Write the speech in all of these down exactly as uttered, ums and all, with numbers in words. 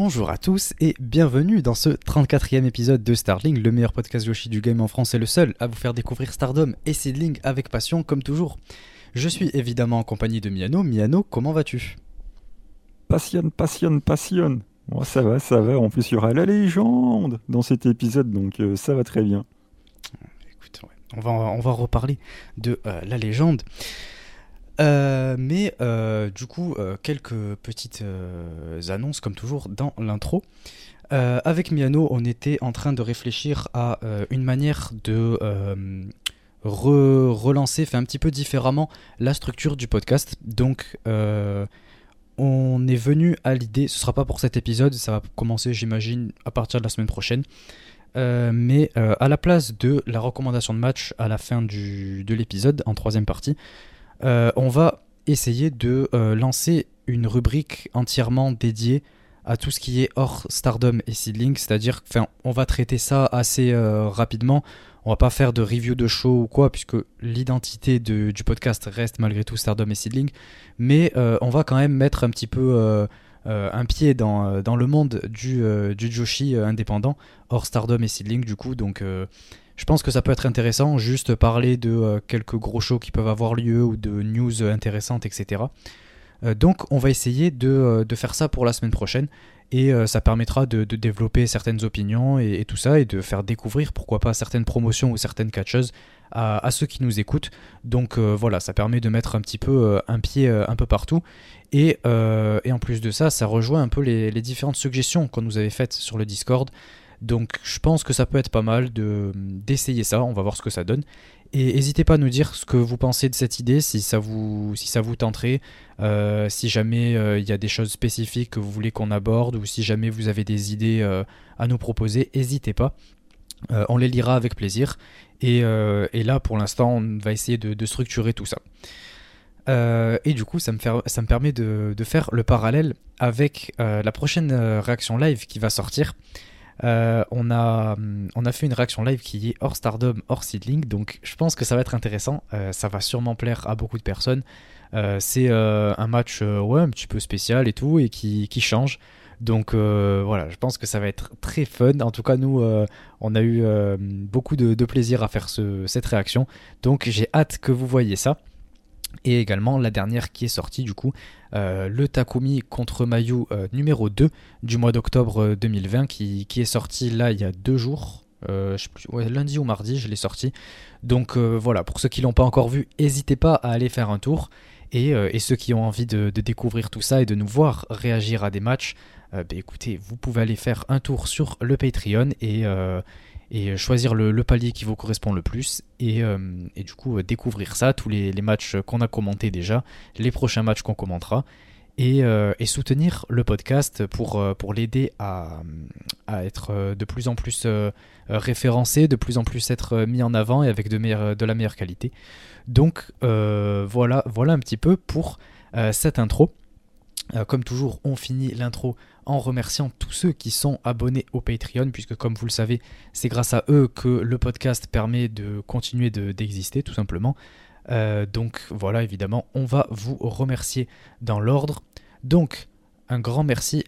Bonjour à tous et bienvenue dans ce trente-quatrième épisode de Starling, le meilleur podcast Yoshi du game en France et le seul à vous faire découvrir Stardom et Seedling avec passion comme toujours. Je suis évidemment en compagnie de Miano. Miano, comment vas-tu ? Passionne, passionne, passionne. Bon, ça va, ça va. En plus, il y aura la légende dans cet épisode, donc euh, ça va très bien. Écoute, ouais, on va, on va reparler de euh, la légende. Euh, mais euh, du coup, euh, quelques petites euh, annonces comme toujours dans l'intro. Euh, avec Miano, on était en train de réfléchir à euh, une manière de euh, re- relancer, faire un petit peu différemment la structure du podcast. Donc, euh, on est venu à l'idée, ce sera pas pour cet épisode, ça va commencer, j'imagine, à partir de la semaine prochaine. Euh, mais euh, à la place de la recommandation de match à la fin du, de l'épisode, en troisième partie, Euh, on va essayer de euh, lancer une rubrique entièrement dédiée à tout ce qui est hors Stardom et Seedling, c'est-à-dire qu'on va traiter ça assez euh, rapidement, on va pas faire de review de show ou quoi, puisque l'identité de, du podcast reste malgré tout Stardom et Seedling, mais euh, on va quand même mettre un petit peu euh, euh, un pied dans, dans le monde du, euh, du Joshi euh, indépendant, hors Stardom et Seedling du coup, donc... Euh, Je pense que ça peut être intéressant, juste parler de euh, quelques gros shows qui peuvent avoir lieu ou de news intéressantes, et cetera. Euh, donc on va essayer de, euh, de faire ça pour la semaine prochaine et euh, ça permettra de, de développer certaines opinions et, et tout ça et de faire découvrir pourquoi pas certaines promotions ou certaines catcheuses à, à ceux qui nous écoutent. Donc euh, voilà, ça permet de mettre un petit peu euh, un pied euh, un peu partout et, euh, et en plus de ça, ça rejoint un peu les, les différentes suggestions qu'on nous avait faites sur le Discord. Donc je pense que ça peut être pas mal de, d'essayer ça, on va voir ce que ça donne. Et n'hésitez pas à nous dire ce que vous pensez de cette idée, si ça vous, si ça vous tenterait, euh, si jamais il euh, y a des choses spécifiques que vous voulez qu'on aborde, ou si jamais vous avez des idées euh, à nous proposer, n'hésitez pas. Euh, on les lira avec plaisir. Et, euh, et là pour l'instant on va essayer de, de structurer tout ça. Euh, et du coup ça me, fait, ça me permet de, de faire le parallèle avec euh, la prochaine réaction live qui va sortir. Euh, on, a, on a fait une réaction live qui est hors Stardom, hors Seedling, donc je pense que ça va être intéressant, euh, ça va sûrement plaire à beaucoup de personnes. Euh, c'est euh, un match euh, ouais, un petit peu spécial et tout, et qui, qui change, donc euh, voilà, je pense que ça va être très fun. En tout cas nous, euh, on a eu euh, beaucoup de, de plaisir à faire ce, cette réaction, donc j'ai hâte que vous voyez ça. Et également la dernière qui est sortie du coup, euh, le Takumi contre Mayu euh, numéro deux du mois d'octobre deux mille vingt qui, qui est sorti là il y a deux jours, euh, je sais plus, ouais, lundi ou mardi je l'ai sorti. Donc euh, voilà, pour ceux qui l'ont pas encore vu, n'hésitez pas à aller faire un tour. Et, euh, et ceux qui ont envie de, de découvrir tout ça et de nous voir réagir à des matchs, euh, bah, écoutez, vous pouvez aller faire un tour sur le Patreon et... Euh, et choisir le, le palier qui vous correspond le plus et, euh, et du coup euh, découvrir ça, tous les, les matchs qu'on a commentés déjà, les prochains matchs qu'on commentera et, euh, et soutenir le podcast pour, euh, pour l'aider à, à être de plus en plus euh, référencé, de plus en plus être mis en avant et avec de, meilleure, de la meilleure qualité. Donc euh, voilà, voilà un petit peu pour euh, cette intro. Euh, comme toujours, on finit l'intro en remerciant tous ceux qui sont abonnés au Patreon, puisque comme vous le savez, c'est grâce à eux que le podcast permet de continuer de, d'exister, tout simplement. Euh, donc voilà, évidemment, on va vous remercier dans l'ordre. Donc, un grand merci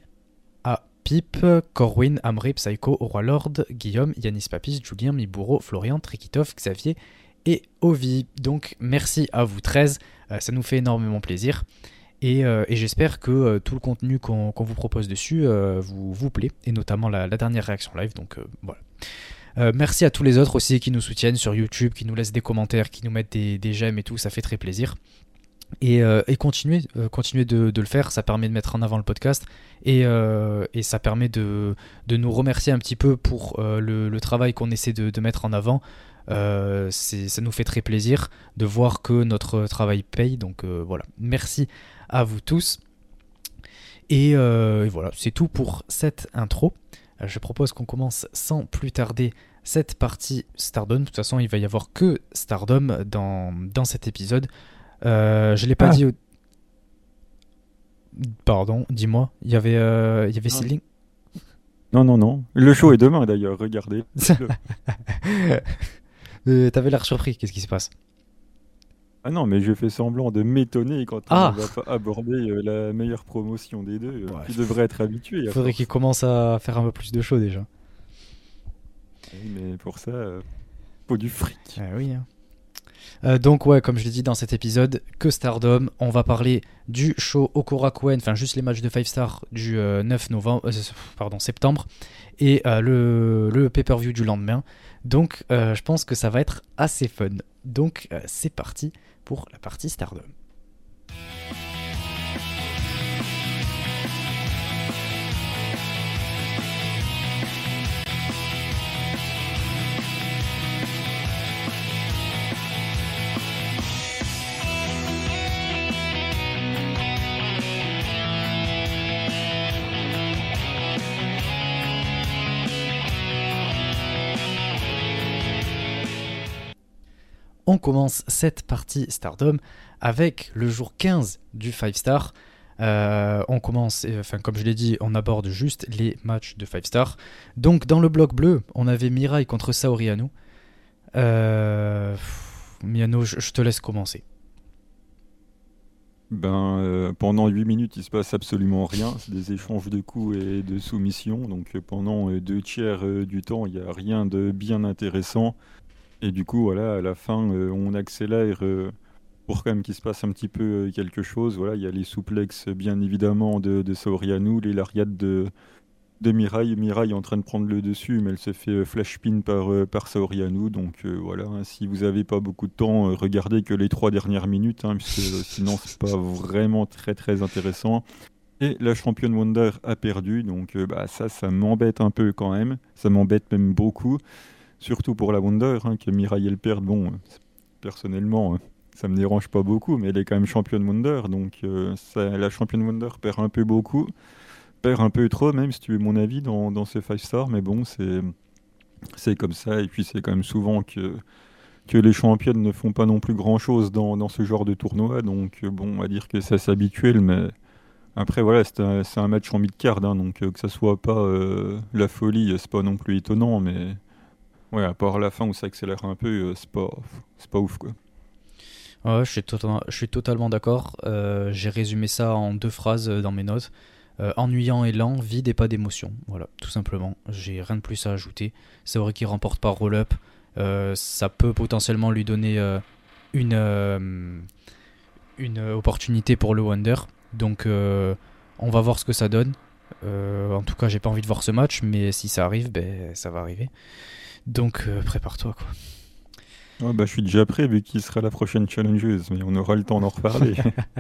à Pip, Corwin, Amri, Psycho, Roi Lord, Guillaume, Yanis Papis, Julien, Miburo, Florian, Trikitov, Xavier et Ovi. Donc merci à vous treize, euh, ça nous fait énormément plaisir. Et, euh, et j'espère que euh, tout le contenu qu'on, qu'on vous propose dessus euh, vous, vous plaît, et notamment la, la dernière réaction live, donc euh, voilà. Euh, merci à tous les autres aussi qui nous soutiennent sur YouTube, qui nous laissent des commentaires, qui nous mettent des, des j'aime et tout, ça fait très plaisir. Et, euh, et continuez, euh, continuez de, de le faire, ça permet de mettre en avant le podcast, et, euh, et ça permet de, de nous remercier un petit peu pour euh, le, le travail qu'on essaie de, de mettre en avant. Euh, c'est, ça nous fait très plaisir de voir que notre travail paye, donc euh, voilà, merci à vous tous. Et, euh, et voilà, c'est tout pour cette intro. Je propose qu'on commence sans plus tarder cette partie Stardom. De toute façon, il va y avoir que Stardom dans, dans cet épisode. Euh, je ne l'ai pas ah. dit au... Pardon, dis-moi. Il y avait, euh, il y avait Seedling. Non, non, non. Le show est demain d'ailleurs, regardez. euh, T'avais l'air surpris, qu'est-ce qui se passe ? Ah non, mais je fais semblant de m'étonner quand on Ah ne va pas aborder euh, la meilleure promotion des deux. Euh, ouais, Tu f- devrais être habitué à Faudrait qu'il force. commence à faire un peu plus de show déjà. Oui, mais pour ça, euh, faut du fric. Ah oui, hein. Euh, donc ouais, comme je l'ai dit dans cet épisode, que Stardom, on va parler du show Korakuen, enfin juste les matchs de five Star du euh, neuf novembre, euh, pardon, septembre, et euh, le, le pay-per-view du lendemain. Donc euh, je pense que ça va être assez fun. Donc euh, c'est parti pour la partie Stardom. On commence cette partie Stardom avec le jour quinze du five Star. Euh, on commence, euh, enfin comme je l'ai dit, on aborde juste les matchs de five Star. Donc dans le bloc bleu, on avait Mirai contre Saori Anou. Euh... Miano, je, je te laisse commencer. Ben, euh, pendant huit minutes, il se passe absolument rien. C'est des échanges de coups et de soumissions. Donc euh, pendant euh, deux tiers euh, du temps, il n'y a rien de bien intéressant. Et du coup, voilà, à la fin, euh, on accélère euh, pour quand même qu'il se passe un petit peu euh, quelque chose. Voilà, il y a les souplexes, bien évidemment, de, de Saori Anou, les lariats de, de Mirai. Mirai est en train de prendre le dessus, mais elle se fait euh, flash pin par, euh, par Saori Anou. Donc euh, voilà, hein, si vous n'avez pas beaucoup de temps, euh, regardez que les trois dernières minutes, hein, puisque euh, sinon, c'est pas vraiment très très intéressant. Et la championne Wonder a perdu, donc euh, bah, ça, ça m'embête un peu quand même. Ça m'embête même beaucoup. Surtout pour la Wonder, hein, que Mirai elle perde, bon, euh, personnellement, euh, ça me dérange pas beaucoup, mais elle est quand même championne Wonder, donc euh, ça- la championne Wonder perd un peu beaucoup, perd un peu trop même, si tu veux mon avis, dans, dans ces five stars, mais bon, c'est c'est comme ça, et puis c'est quand même souvent que, que les championnes ne font pas non plus grand-chose dans, dans ce genre de tournoi, donc euh, bon, on va dire que ça c'est habituel, mais après voilà, c'est un, c'est un match en mid-card, hein, donc euh, que ça soit pas euh, la folie, c'est pas non plus étonnant, mais... Ouais, à part la fin où ça accélère un peu, euh, c'est pas, c'est pas ouf quoi. Ouais, je suis, tota- je suis totalement d'accord. Euh, j'ai résumé ça en deux phrases euh, dans mes notes. Euh, ennuyant et lent, vide et pas d'émotion. Voilà, tout simplement. J'ai rien de plus à ajouter. C'est vrai qu'il remporte par roll-up. Euh, ça peut potentiellement lui donner euh, une, euh, une opportunité pour le Wonder. Donc euh, on va voir ce que ça donne. Euh, en tout cas, j'ai pas envie de voir ce match, mais si ça arrive, ben, ça va arriver. Donc euh, prépare-toi quoi. Ah bah, je suis déjà prêt vu qui sera la prochaine challengeuse, mais on aura le temps d'en reparler.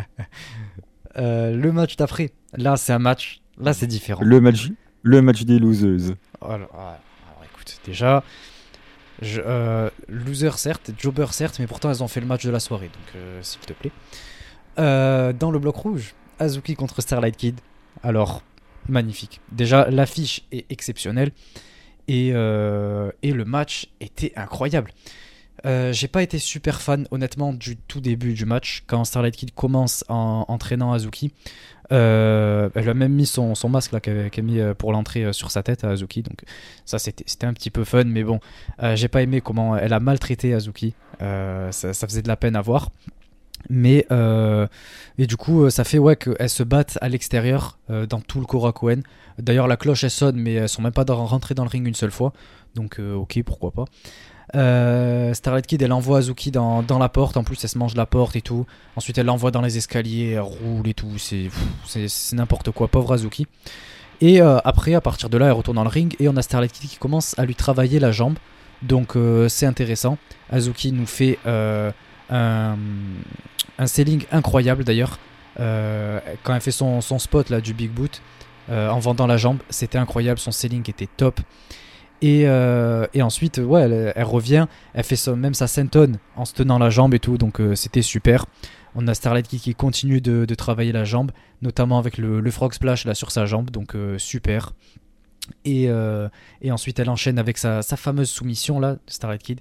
Euh, le match d'après, là c'est un match, là c'est différent. Le match, le match des loseuses. Alors, alors, écoute, déjà, je, euh, loser certes, jobber certes, mais pourtant elles ont fait le match de la soirée, donc euh, s'il te plaît. Euh, dans le bloc rouge, Azuki contre Starlight Kid. Alors, magnifique. Déjà, l'affiche est exceptionnelle et, euh, et le match était incroyable. Euh, j'ai pas été super fan honnêtement du tout début du match quand Starlight Kid commence en entraînant Azuki. Euh, elle a même mis son, son masque là qu'elle, qu'elle a mis euh, pour l'entrée euh, sur sa tête à Azuki, donc ça c'était, c'était un petit peu fun, mais bon, euh, j'ai pas aimé comment elle a maltraité Azuki. Euh, ça, ça faisait de la peine à voir. Mais euh, et du coup, euh, ça fait ouais qu'elles se battent à l'extérieur euh, dans tout le Korakuen. D'ailleurs, la cloche elle sonne, mais elles sont même pas dans- rentrées dans le ring une seule fois. Donc, euh, ok, pourquoi pas. Euh, Starlight Kid, elle envoie Azuki dans, dans la porte. En plus, elle se mange la porte et tout. Ensuite, elle l'envoie dans les escaliers, elle roule et tout. C'est, pff, c'est, c'est n'importe quoi, pauvre Azuki. Et euh, après, à partir de là, elle retourne dans le ring et on a Starlight Kid qui commence à lui travailler la jambe. Donc, euh, c'est intéressant. Azuki nous fait euh, un, un selling incroyable d'ailleurs. Euh, quand elle fait son, son spot là du Big Boot euh, en vendant la jambe, c'était incroyable. Son selling était top. Et, euh, et ensuite, ouais, elle, elle revient, elle fait ça, même sa senton en se tenant la jambe et tout, donc euh, c'était super. On a Starlight qui, qui continue de, de travailler la jambe, notamment avec le, le frog splash là sur sa jambe, donc euh, super. Et, euh, et ensuite, elle enchaîne avec sa, sa fameuse soumission là, Starlight Kid.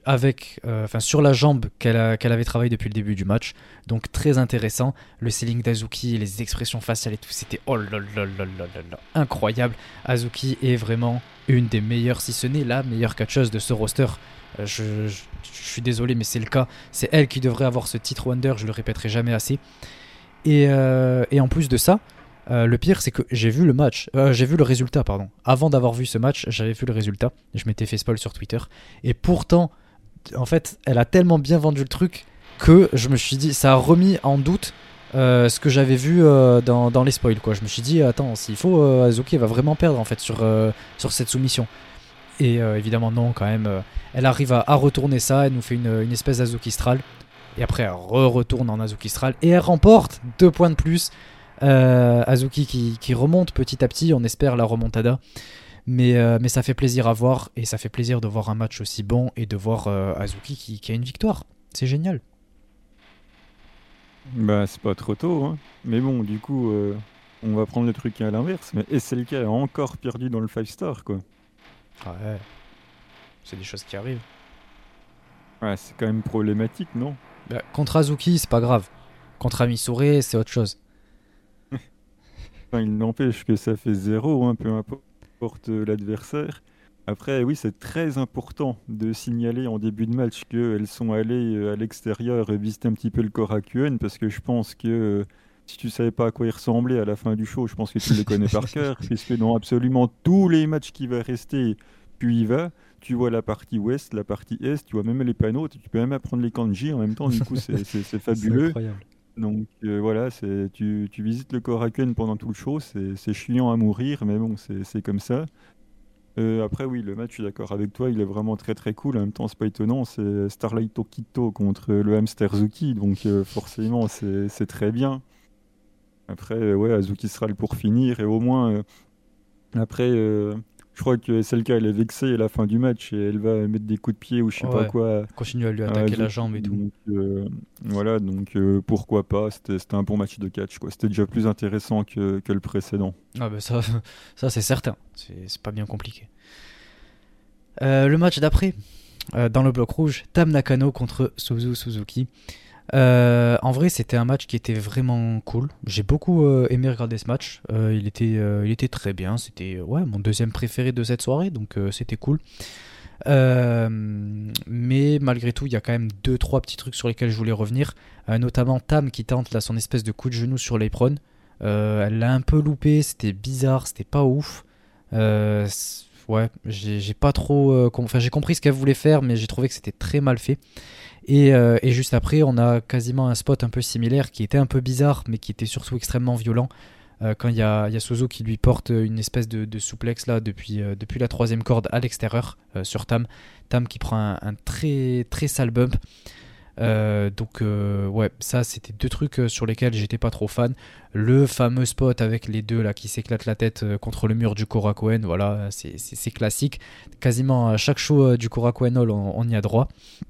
avec, euh, enfin, sur la jambe qu'elle, a, qu'elle avait travaillé depuis le début du match. Donc très intéressant. Le selling d'Hazuki, les expressions faciales et tout, c'était oh là là là là là là, incroyable. Hazuki est vraiment une des meilleures, si ce n'est la meilleure catcheuse de ce roster. Euh, je, je, je suis désolé, mais c'est le cas. C'est elle qui devrait avoir ce titre Wonder, je le répéterai jamais assez. Et, euh, et en plus de ça, Euh, le pire, c'est que j'ai vu le match, euh, j'ai vu le résultat, pardon. Avant d'avoir vu ce match, j'avais vu le résultat. Je m'étais fait spoil sur Twitter. Et pourtant, en fait, elle a tellement bien vendu le truc que je me suis dit, ça a remis en doute euh, ce que j'avais vu euh, dans, dans les spoils, quoi. Je me suis dit, attends, s'il faut, euh, Hazuki va vraiment perdre en fait sur, euh, sur cette soumission. Et euh, évidemment, non, quand même. Euh, elle arrive à, à retourner ça. Elle nous fait une, une espèce d'Hazuki Stral. Et après, elle re-retourne en Hazuki Stral. Et elle remporte deux points de plus. Euh, Hazuki qui, qui remonte petit à petit, on espère la remontada, mais, euh, mais ça fait plaisir à voir et ça fait plaisir de voir un match aussi bon et de voir euh, Hazuki qui, qui a une victoire, c'est génial. Bah, c'est pas trop tôt, hein. Mais bon, du coup, euh, on va prendre le truc à l'inverse. Mais S L K a encore perdu dans le five star, quoi. Ouais, c'est des choses qui arrivent. Ouais, c'est quand même problématique, non? Bah, contre Hazuki, c'est pas grave. Contre Amisure, c'est autre chose. Enfin, il n'empêche que ça fait zéro, hein, peu importe euh, l'adversaire. Après, oui, c'est très important de signaler en début de match qu'elles sont allées euh, à l'extérieur euh, visiter un petit peu le Korakuen, parce que je pense que euh, si tu savais pas à quoi il ressemblait à la fin du show, je pense que tu le connais par cœur, puisque dans absolument tous les matchs qui va rester, tu y vas. Tu vois la partie ouest, la partie est, tu vois même les panneaux, tu peux même apprendre les kanji en même temps, du coup c'est c'est- c'est C'est fabuleux. incroyable. Donc euh, voilà, c'est, tu, tu visites le Korakuen pendant tout le show, c'est, c'est chiant à mourir, mais bon, c'est, c'est comme ça. Euh, après, oui, le match, je suis d'accord avec toi, il est vraiment très très cool. En même temps, c'est pas étonnant, c'est Starlight Okito contre le hamster Zuki, donc euh, forcément, c'est, c'est très bien. Après, euh, ouais, Azuki sera le pour finir, et au moins, euh, après, euh, je crois que S L K, elle est vexée à la fin du match, et elle va mettre des coups de pied ou je sais pas Ouais, quoi continue à lui à attaquer la Azuki. jambe et tout. Donc, euh, voilà, donc euh, pourquoi pas, c'était, c'était un bon match de catch, quoi. C'était déjà plus intéressant que, que le précédent. Ah bah ça, ça c'est certain, c'est, c'est pas bien compliqué. Euh, le match d'après, euh, dans le bloc rouge, Tam Nakano contre Suzu Suzuki. Euh, en vrai, c'était un match qui était vraiment cool. J'ai beaucoup euh, aimé regarder ce match. Euh, il, était, euh, il était très bien. C'était ouais, mon deuxième préféré de cette soirée, donc euh, c'était cool. Euh, mais malgré tout, il y a quand même deux trois petits trucs sur lesquels je voulais revenir. Euh, notamment Tam qui tente là, son espèce de coup de genou sur l'apron. Euh, elle l'a un peu loupé, c'était bizarre, c'était pas ouf. Euh, c'est- ouais, j'ai, j'ai pas trop. euh, com- Enfin, j'ai compris ce qu'elle voulait faire, mais j'ai trouvé que c'était très mal fait. Et, euh, et juste après, on a quasiment un spot un peu similaire qui était un peu bizarre, mais qui était surtout extrêmement violent. Euh, quand il y a, il y a Suzu qui lui porte une espèce de, de souplex là depuis, euh, depuis la troisième corde à l'extérieur euh, sur Tam. Tam qui prend un, un très très sale bump. Euh, donc euh, ouais, ça c'était deux trucs euh, sur lesquels j'étais pas trop fan. Le fameux spot avec les deux là qui s'éclatent la tête euh, contre le mur du Korakuen, voilà, c'est, c'est, c'est classique. Quasiment à chaque show euh, du Korakuen Hall, on, on y a droit.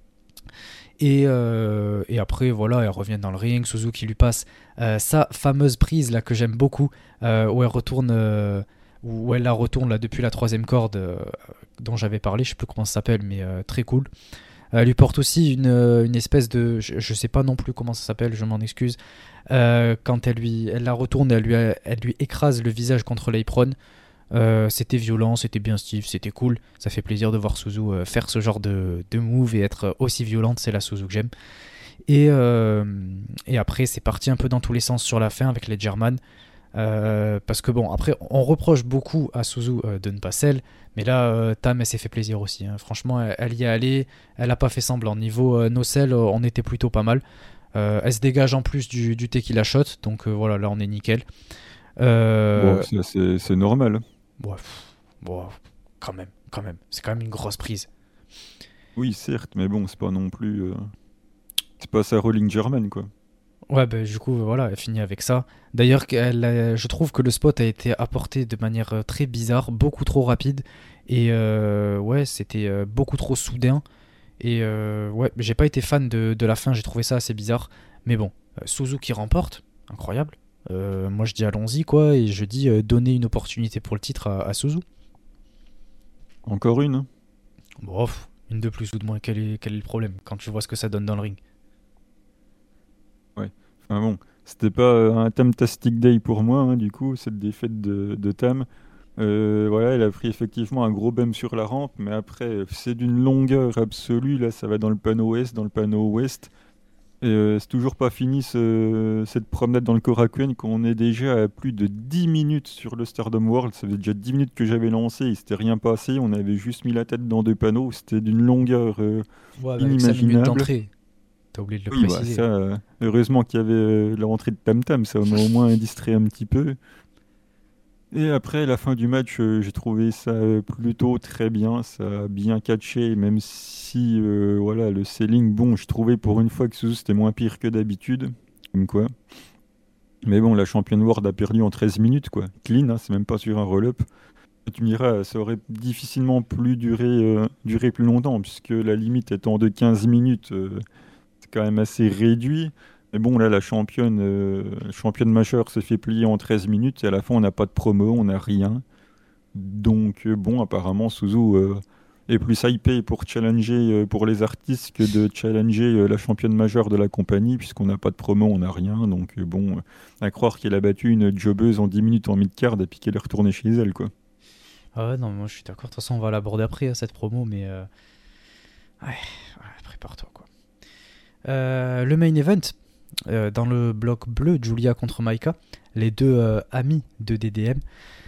Et, euh, et après, voilà, elle revient dans le ring. Suzu qui lui passe euh, sa fameuse prise là que j'aime beaucoup, euh, où elle retourne, euh, où elle la retourne là depuis la troisième corde euh, dont j'avais parlé. Je sais plus comment ça s'appelle, mais euh, très cool. Elle lui porte aussi une, une espèce de, je, je sais pas non plus comment ça s'appelle, je m'en excuse. Euh, quand elle lui, elle la retourne, elle lui, elle lui écrase le visage contre l'apron. Euh, c'était violent, c'était bien Steve, c'était cool. Ça fait plaisir de voir Suzu euh, faire ce genre de, de move et être aussi violente. C'est la Suzu que j'aime. Et, euh, et après, c'est parti un peu dans tous les sens sur la fin avec les German. Euh, parce que bon, après, on reproche beaucoup à Suzu euh, de ne pas sell. Mais là, euh, Tam, elle s'est fait plaisir aussi, hein. Franchement, elle, elle y est allée. Elle n'a pas fait semblant. Niveau euh, no sell, euh, on était plutôt pas mal. Euh, elle se dégage en plus du, du tequila shot. Donc euh, voilà, là, on est nickel. Bon, Euh, ça, c'est, c'est normal. Ouais, pff, bon, quand même, quand même. C'est quand même une grosse prise. Oui, certes, mais bon, c'est pas non plus. euh, C'est pas sa Rolling German, quoi. Ouais, bah, du coup, voilà, elle finit avec ça. D'ailleurs, qu'elle a- je trouve que le spot a été apporté de manière euh, très bizarre, beaucoup trop rapide. Et euh, ouais, c'était euh, beaucoup trop soudain. Et euh, ouais, j'ai pas été fan de, de la fin, j'ai trouvé ça assez bizarre. Mais bon, euh, Suzu qui remporte, incroyable. Euh, moi, je dis allons-y, quoi. Et je dis euh, donner une opportunité pour le titre à, à Suzu. Encore une, hein. Bon, pff, Une de plus ou de moins, quel est, quel est le problème quand tu vois ce que ça donne dans le ring? Ouais. Enfin bon, c'était pas euh, un Tam-tastic Day pour moi, hein, du coup, cette défaite de, de Tam. Euh, voilà, elle a pris effectivement un gros bump sur la rampe, mais après, euh, c'est d'une longueur absolue. Là, ça va dans le panneau Est, dans le panneau Ouest. Et euh, c'est toujours pas fini ce- cette promenade dans le Korakuen quand on est déjà à plus de dix minutes sur le Stardom World. Ça faisait déjà dix minutes que j'avais lancé, il s'était rien passé. On avait juste mis la tête dans deux panneaux. C'était d'une longueur euh, Ouais, mais avec cinq minutes inimaginable. d'entrée, t'as oublié de le Oui, bah ça, préciser. euh, heureusement qu'il y avait euh, la rentrée de Tam Tam, ça m'a au moins distrait un petit peu. Et après, la fin du match, euh, j'ai trouvé ça euh, plutôt très bien. Ça a bien catché, même si euh, voilà, le selling, bon, je trouvais pour une fois que Suzu c'était moins pire que d'habitude. Comme quoi. Mais bon, la championne World a perdu en treize minutes, quoi. Clean, hein, c'est même pas sur un roll-up. Tu me diras, ça aurait difficilement plus duré, euh, duré plus longtemps, puisque la limite étant de quinze minutes, euh, c'est quand même assez réduit. Mais bon, là, la championne, euh, la championne majeure se fait plier en treize minutes, et à la fin, on n'a pas de promo, on n'a rien. Donc, euh, bon, apparemment, Suzu euh, est plus hypé pour challenger euh, pour les artistes que de challenger euh, la championne majeure de la compagnie, puisqu'on n'a pas de promo, on n'a rien. Donc, euh, bon, euh, à croire qu'elle a battu une jobbeuse en dix minutes en mid-card et puis qu'elle est retournée chez elle, quoi. Ah ouais, non, moi je suis d'accord. De toute façon, on va l'aborder après, hein, cette promo, mais euh, ouais, ouais, prépare-toi quoi. Euh, le main event, euh, dans le bloc bleu, Julia contre Maika, les deux euh, amis de D D M.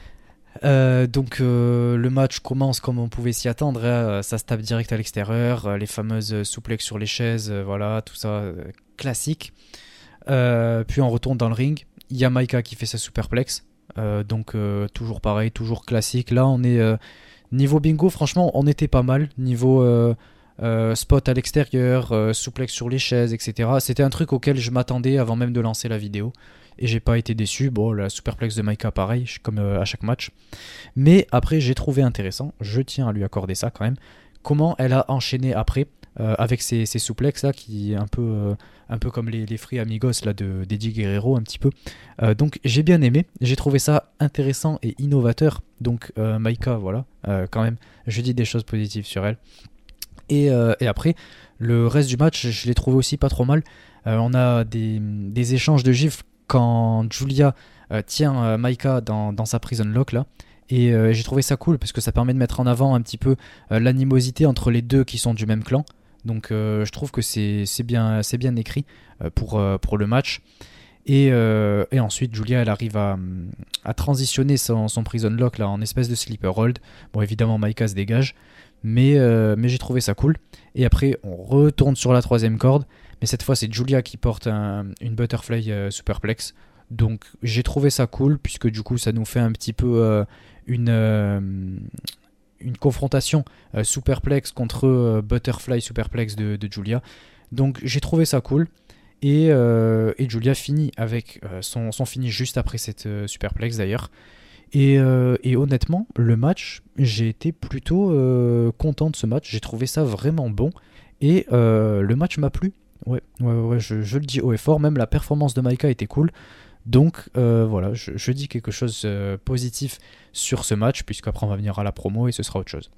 Euh, donc euh, le match commence comme on pouvait s'y attendre, hein. Ça se tape direct à l'extérieur, euh, les fameuses souplexes sur les chaises, euh, voilà, tout ça euh, classique. Euh, puis on retourne dans le ring, il y a Maika qui fait sa superplex, euh, donc euh, toujours pareil, toujours classique. Là on est euh, niveau bingo, franchement on était pas mal, niveau euh, euh, spot à l'extérieur, euh, souplex sur les chaises, et cetera. C'était un truc auquel je m'attendais avant même de lancer la vidéo. Et j'ai pas été déçu. Bon, la superplex de Maika, pareil, comme euh, à chaque match. Mais après, j'ai trouvé intéressant, je tiens à lui accorder ça quand même, comment elle a enchaîné après, euh, avec ces, ces souplexes là, qui un peu, euh, un peu comme les, les Free Amigos là, de d'Eddie Guerrero, un petit peu. Euh, donc j'ai bien aimé, j'ai trouvé ça intéressant et innovateur. Donc euh, Maika, voilà, euh, quand même, je dis des choses positives sur elle. Et, euh, et après, le reste du match, je l'ai trouvé aussi pas trop mal. Euh, on a des, des échanges de gifles quand Julia euh, tient euh, Maika dans, dans sa prison lock là. Et euh, j'ai trouvé ça cool parce que ça permet de mettre en avant un petit peu euh, l'animosité entre les deux qui sont du même clan. Donc euh, je trouve que c'est, c'est, bien, c'est bien écrit euh, pour, euh, pour le match. Et, euh, et ensuite, Julia, elle arrive à, à transitionner son, son prison lock là, en espèce de sleeper hold. Bon, évidemment, Maika se dégage. Mais, euh, mais j'ai trouvé ça cool. Et après, on retourne sur la troisième corde. Mais cette fois, c'est Julia qui porte un, une butterfly euh, superplex. Donc j'ai trouvé ça cool, puisque du coup, ça nous fait un petit peu euh, une, euh, une confrontation euh, superplex contre euh, butterfly superplex de, de Julia. Donc j'ai trouvé ça cool. Et, euh, et Julia finit avec euh, son, son finish juste après cette euh, superplex d'ailleurs. Et, euh, et honnêtement, le match, j'ai été plutôt euh, content de ce match. J'ai trouvé ça vraiment bon. Et euh, le match m'a plu. Ouais, ouais, ouais, je, je le dis haut et fort. Même la performance de Maika était cool. Donc euh, voilà, je, je dis quelque chose de euh, positif sur ce match, puisqu'après on va venir à la promo et ce sera autre chose.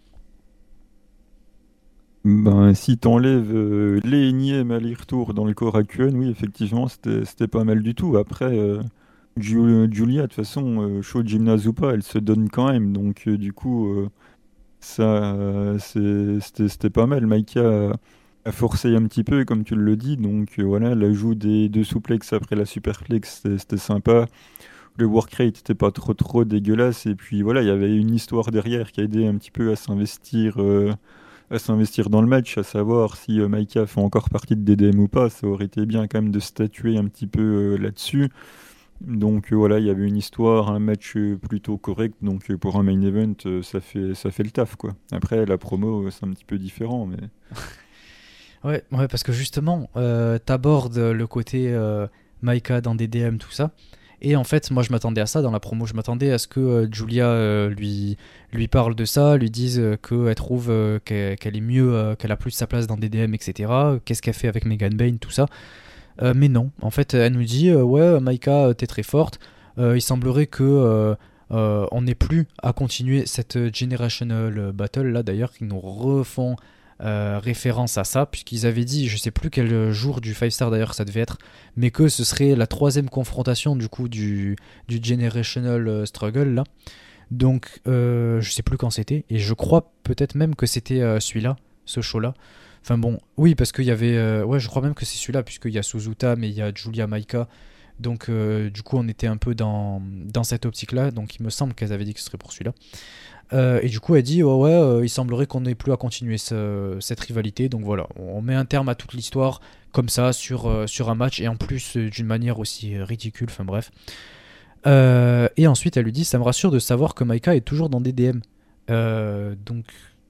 Ben, si t'enlèves euh, l'énième aller-retour dans le Korakuen, oui, effectivement, c'était c'était pas mal du tout. Après, euh, Ju- Julia, de toute façon, euh, show de gymnase ou pas, elle se donne quand même. Donc, euh, du coup, euh, ça, euh, c'est- c'était c'était pas mal. Maika a, a forcé un petit peu, comme tu le dis. Donc, euh, voilà, l'ajout des deux souplexes après la superplex, c'était c'était sympa. Le work rate était pas trop trop dégueulasse. Et puis, voilà, il y avait une histoire derrière qui a aidé un petit peu à s'investir. euh, à s'investir dans le match, à savoir si euh, Maika fait encore partie de D D M ou pas, ça aurait été bien quand même de statuer un petit peu euh, là-dessus. Donc euh, voilà, il y avait une histoire, un match euh, plutôt correct, donc euh, pour un main event, euh, ça fait, ça fait le taf quoi. Après, la promo, euh, c'est un petit peu différent, mais... Ouais, ouais, parce que justement, euh, t'abordes le côté euh, Maika dans des D M, tout ça. Et en fait, moi je m'attendais à ça dans la promo. Je m'attendais à ce que euh, Julia euh, lui, lui parle de ça, lui dise euh, qu'elle trouve euh, qu'elle, qu'elle est mieux, euh, qu'elle a plus sa place dans des D M, et cetera. Qu'est-ce qu'elle fait avec Megan Bayne, tout ça. Euh, mais non, en fait, elle nous dit euh, ouais, Maika, euh, t'es très forte. Euh, il semblerait que euh, euh, on n'ait plus à continuer cette generational battle là d'ailleurs, qu'ils nous refont euh, référence à ça, puisqu'ils avaient dit, je sais plus quel jour du five star d'ailleurs ça devait être, mais que ce serait la troisième confrontation du coup du, du Generational Struggle là. Donc euh, je sais plus quand c'était, et je crois peut-être même que c'était euh, celui-là, ce show-là. Enfin bon, oui, parce qu'il y avait... euh, ouais, je crois même que c'est celui-là, puisqu'il y a Suzuta, mais il y a Julia Maika. Donc euh, du coup, on était un peu dans, dans cette optique-là. Donc il me semble qu'elles avaient dit que ce serait pour celui-là. Euh, et du coup, elle dit, oh, ouais, euh, il semblerait qu'on n'ait plus à continuer ce- cette rivalité. Donc voilà, on met un terme à toute l'histoire, comme ça, sur, euh, sur un match. Et en plus, euh, d'une manière aussi euh, ridicule. Enfin bref. Euh, et ensuite, elle lui dit, ça me rassure de savoir que Maika est toujours dans des D M. Euh, donc...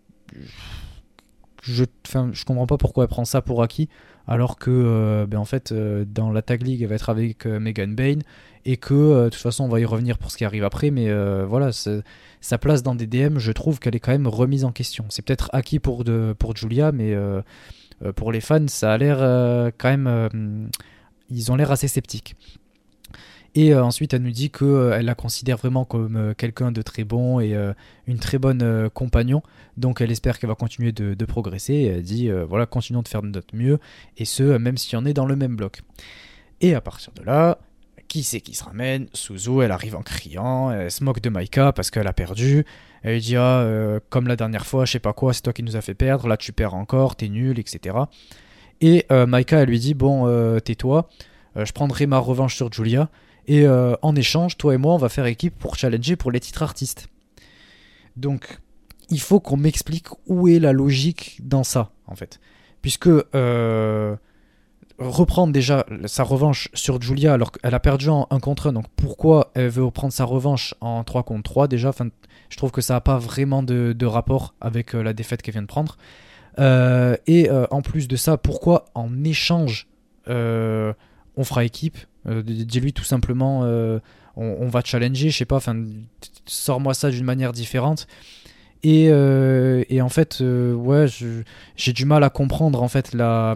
je, enfin, je comprends pas pourquoi elle prend ça pour acquis, alors que euh, ben en fait euh, dans la Tag League elle va être avec euh, Megan Bayne et que euh, de toute façon on va y revenir pour ce qui arrive après, mais euh, voilà, sa place dans des D M, je trouve qu'elle est quand même remise en question. C'est peut-être acquis pour, de, pour Julia, mais euh, euh, pour les fans ça a l'air euh, quand même euh, ils ont l'air assez sceptiques. Et euh, ensuite, elle nous dit qu'elle euh, la considère vraiment comme euh, quelqu'un de très bon et euh, une très bonne euh, compagnon. Donc, elle espère qu'elle va continuer de, de progresser. Et elle dit, euh, voilà, continuons de faire de notre mieux. Et ce, euh, même si on est dans le même bloc. Et à partir de là, qui c'est qui se ramène? Suzu, elle arrive en criant. Elle se moque de Maika parce qu'elle a perdu. Elle lui dit, ah, euh, comme la dernière fois, je sais pas quoi, c'est toi qui nous as fait perdre. Là, tu perds encore, t'es nul, et cetera. Et euh, Maika, elle lui dit, bon, euh, tais-toi. Euh, je prendrai ma revanche sur Julia. Et euh, en échange, toi et moi, on va faire équipe pour challenger pour les titres artistes. Donc, il faut qu'on m'explique où est la logique dans ça, en fait. Puisque euh, reprendre déjà sa revanche sur Julia alors qu'elle a perdu en un contre un, donc pourquoi elle veut reprendre sa revanche en trois contre trois déjà, enfin, je trouve que ça n'a pas vraiment de, de rapport avec euh, la défaite qu'elle vient de prendre. Euh, et euh, en plus de ça, pourquoi en échange euh, on fera équipe? Euh, dis-lui tout simplement euh, on, on va challenger, je sais pas, enfin sors-moi ça d'une manière différente. Et, euh, et en fait euh, ouais je, j'ai du mal à comprendre en fait la,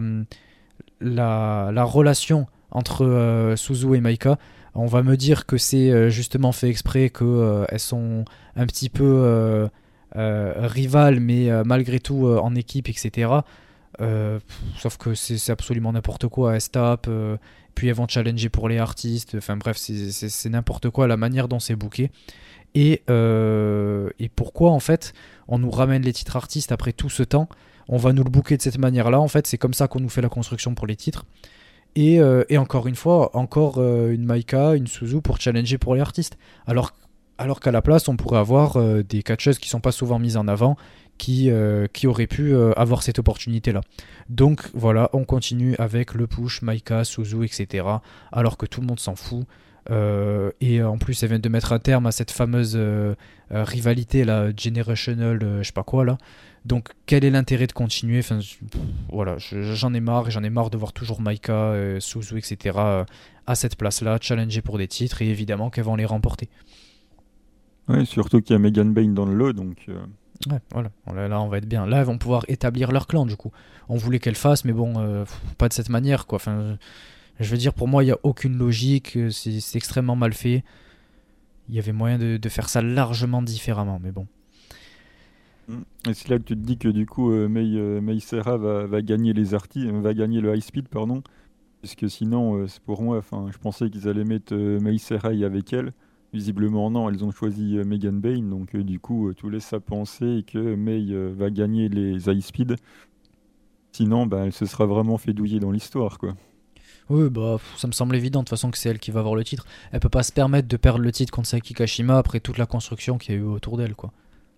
la, la relation entre euh, Suzu et Maika. On va me dire que c'est euh, justement fait exprès, qu'elles euh, sont un petit peu euh, euh, rivales mais euh, malgré tout euh, en équipe, etc. Euh, sauf que c'est, c'est absolument n'importe quoi. Elles se tapent, euh, puis elles vont challenger pour les artistes. Enfin bref, c'est, c'est, c'est n'importe quoi la manière dont c'est booké. Et, euh, et pourquoi en fait on nous ramène les titres artistes après tout ce temps? On va nous le booker de cette manière-là. En fait, c'est comme ça qu'on nous fait la construction pour les titres. Et, euh, et encore une fois, encore euh, une Maika, une Suzu pour challenger pour les artistes. Alors, alors qu'à la place, on pourrait avoir euh, des catcheuses qui sont pas souvent mises en avant, qui, euh, qui auraient pu euh, avoir cette opportunité-là. Donc voilà, on continue avec le push, Maika, Suzu, et cetera. Alors que tout le monde s'en fout. Euh, et en plus, elle vient de mettre un terme à cette fameuse euh, euh, rivalité, la Generational, euh, je sais pas quoi là. Donc, quel est l'intérêt de continuer? Enfin, pff, voilà, je- j'en ai marre, et j'en ai marre de voir toujours Maika, euh, Suzu, et cetera euh, à cette place-là, challenger pour des titres, et évidemment qu'elles vont les remporter. Ouais, surtout qu'il y a Megan Bayne dans le lot, donc euh, Ouais, voilà, là, là, on va être bien. Là, elles vont pouvoir établir leur clan, du coup. On voulait qu'elles fassent, mais bon, euh, pff, pas de cette manière, quoi. Enfin, je veux dire, pour moi, il n'y a aucune logique, euh, c'est, c'est extrêmement mal fait. Il y avait moyen de, de faire ça largement différemment, mais bon. mm. Et c'est là que tu te dis que du coup, euh, Mei, euh, Mei Seira va, va gagner les artis, euh, va gagner le high speed, pardon. Puisque sinon, euh, c'est pour moi, enfin, je pensais qu'ils allaient mettre euh, Mei Serai avec elle. Visiblement, non, elles ont choisi euh, Megan Bayne. Donc, euh, du coup, euh, tout laisse à penser que Mei euh, va gagner les high speed. Sinon, bah, elle se sera vraiment fait douiller dans l'histoire, quoi. Oui, bah, pff, ça me semble évident de toute façon que c'est elle qui va avoir le titre. Elle peut pas se permettre de perdre le titre contre Saki Kashima après toute la construction qu'il y a eu autour d'elle, quoi.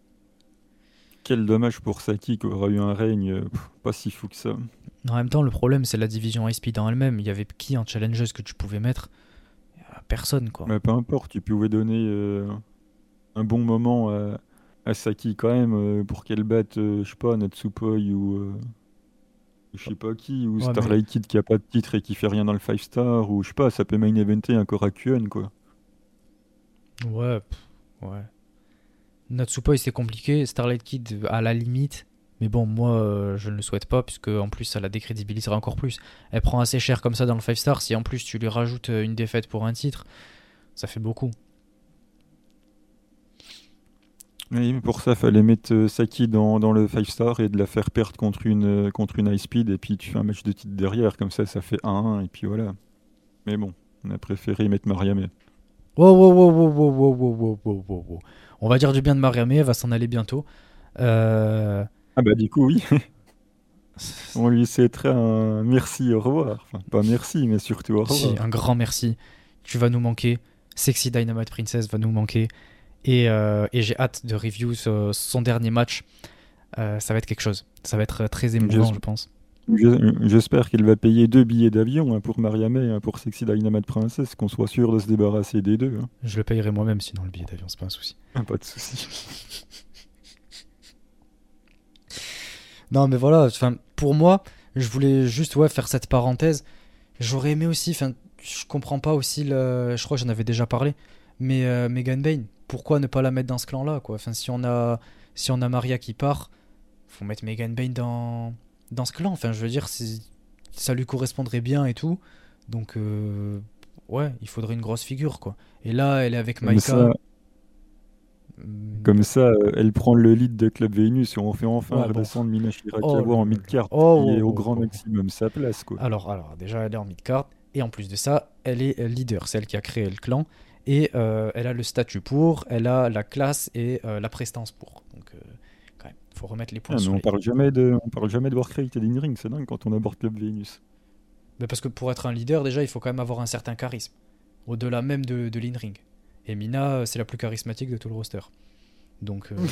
Quel dommage pour Saki qui aura eu un règne euh, pff, pas si fou que ça. En même temps, le problème, c'est la division high speed en elle-même. Il y avait qui en challengeuse que tu pouvais mettre? Euh, Personne, quoi. Mais peu importe, tu pouvais donner euh, un bon moment à, à Saki quand même euh, pour qu'elle batte, euh, je sais pas, Natsupoi ou euh, je sais pas qui, ou Ouais, mais. Starlight Kid qui a pas de titre et qui fait rien dans le five star, ou je sais pas, ça peut main eventer un Korakuen, quoi. Ouais, pff, ouais. Natsupoi, c'est compliqué. Starlight Kid, à la limite. Mais bon, moi, euh, je ne le souhaite pas, puisque en plus, ça la décrédibilisera encore plus. Elle prend assez cher comme ça dans le five star. Si en plus, tu lui rajoutes euh, une défaite pour un titre, ça fait beaucoup. Oui, mais pour ça, fallait mettre euh, Saki dans, dans le five star et de la faire perdre contre une, euh, contre une high speed, et puis tu fais un match de titre derrière, comme ça, ça fait un un, et puis voilà. Mais bon, on a préféré mettre Mariamé. Wow, wow, wow, wow, wow, wow, wow, wow, wow, wow, wow. On va dire du bien de Mariamé, elle va s'en aller bientôt. Euh... Ah bah du coup, oui, on lui souhaiterait un merci, au revoir. Enfin, pas merci, mais surtout au Si, revoir. un grand merci. Tu vas nous manquer. Sexy Dynamite Princess va nous manquer. Et, euh, et j'ai hâte de review ce- son dernier match. Euh, ça va être quelque chose. Ça va être très émouvant, J'es- je pense. j'es- J'espère qu'il va payer deux billets d'avion, un pour Mariamé et un pour Sexy Dynamite Princess, qu'on soit sûr de se débarrasser des deux, hein. Je le payerai moi-même sinon le billet d'avion, c'est pas un souci. Ah, pas de souci. Non, mais voilà, enfin, pour moi, je voulais juste ouais, faire cette parenthèse. J'aurais aimé aussi, enfin, je comprends pas aussi le. Je crois que j'en avais déjà parlé, mais euh, Megan Bain, pourquoi ne pas la mettre dans ce clan-là, quoi? Enfin, si on a, si on a Maria qui part, faut mettre Megan Bain dans, dans ce clan. Enfin, je veux dire, c'est- ça lui correspondrait bien et tout. Donc, euh, ouais, il faudrait une grosse figure, quoi. Et là, elle est avec Comme Maika. ça, Hum, comme ça, euh, elle prend le lead de Club Vénus et on fait enfin Ouais, bon. redescendre Mina Oh Shirakawa là en là là. mid-card, Oh, qui est au oh, grand oh, oh. maximum sa place, quoi. Alors, alors, déjà, elle est en mid-card. Et en plus de ça, elle est euh, leader. C'est elle qui a créé le clan. Et euh, elle a le statut pour, elle a la classe et euh, la prestance pour. Donc, euh, quand même, faut remettre les points Ah, mais sur on les i. parle jamais de, on parle jamais de Warcraft et d'In-Ring, c'est dingue quand on aborde Club Vénus. Mais parce que pour être un leader, déjà, il faut quand même avoir un certain charisme. Au-delà même de, de l'in-ring. Et Mina, euh, c'est la plus charismatique de tout le roster. Donc, euh,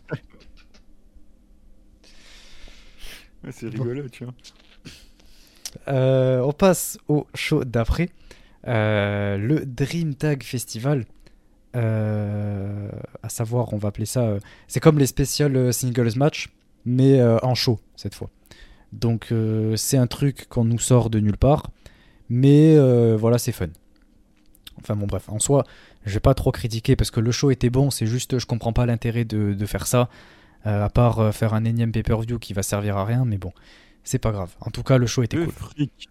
Ouais, c'est bon. rigolo, tu vois. Euh, on passe au show d'après. Euh, le Dream Tag Festival. Euh, à savoir, on va appeler ça. euh, c'est comme les spécial euh, singles match, mais euh, en show cette fois. Donc euh, c'est un truc qu'on nous sort de nulle part, mais euh, voilà, c'est fun. Enfin bon, bref, en soi, je vais pas trop critiquer parce que le show était bon, c'est juste je comprends pas l'intérêt de, de faire ça, euh, à part euh, faire un énième pay-per-view qui va servir à rien, mais bon, c'est pas grave. En tout cas, le show était Le cool. fric.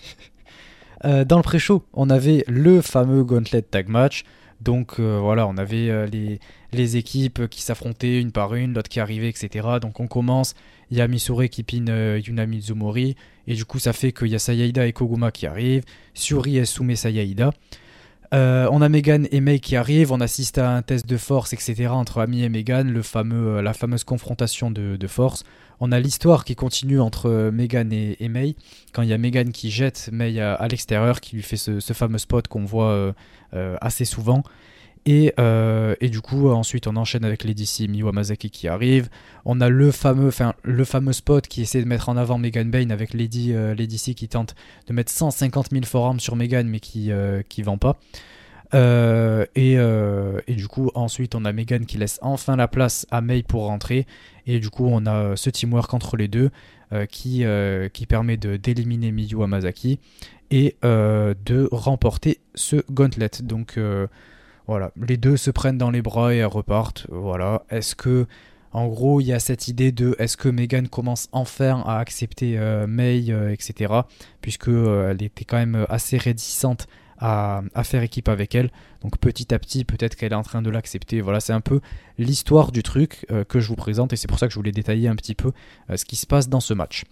Euh, dans le pré-show, on avait le fameux Gauntlet Tag Match. Donc euh, voilà, on avait euh, les, les équipes qui s'affrontaient une par une, l'autre qui arrivait, et cetera. Donc on commence, il y a Misore qui pine euh, Yuna Mizumori, et du coup ça fait qu'il y a Sayaida et Koguma qui arrivent, Suri et Sume Sayaida. Euh, on a Megan et Mei qui arrivent, on assiste à un test de force, et cetera entre Ami et Megan, le fameux, euh, la fameuse confrontation de, de force. On a l'histoire qui continue entre euh, Megan et, et Mei, quand il y a Megan qui jette Mei à, à l'extérieur, qui lui fait ce, ce fameux spot qu'on voit euh, euh, assez souvent. Et, euh, et du coup, euh, ensuite, on enchaîne avec Lady C et Miyu Hamasaki qui arrivent. On a le fameux, enfin, le fameux spot qui essaie de mettre en avant Megan Bain avec Lady, euh, Lady C qui tente de mettre cent cinquante mille forearms sur Megan mais qui euh, qui vend pas. Euh, et, euh, et du coup, ensuite, on a Megan qui laisse enfin la place à Mei pour rentrer. Et du coup, on a ce teamwork entre les deux euh, qui, euh, qui permet de, d'éliminer Miyu Hamasaki et euh, de remporter ce gauntlet. Donc euh, voilà, les deux se prennent dans les bras et elles repartent. Voilà. Est-ce que, en gros, il y a cette idée de est-ce que Megan commence enfin à accepter euh, Mei, euh, et cetera. Puisque euh, elle était quand même assez réticente à, à faire équipe avec elle. Donc petit à petit, peut-être qu'elle est en train de l'accepter. Voilà, c'est un peu l'histoire du truc euh, que je vous présente et c'est pour ça que je voulais détailler un petit peu euh, ce qui se passe dans ce match.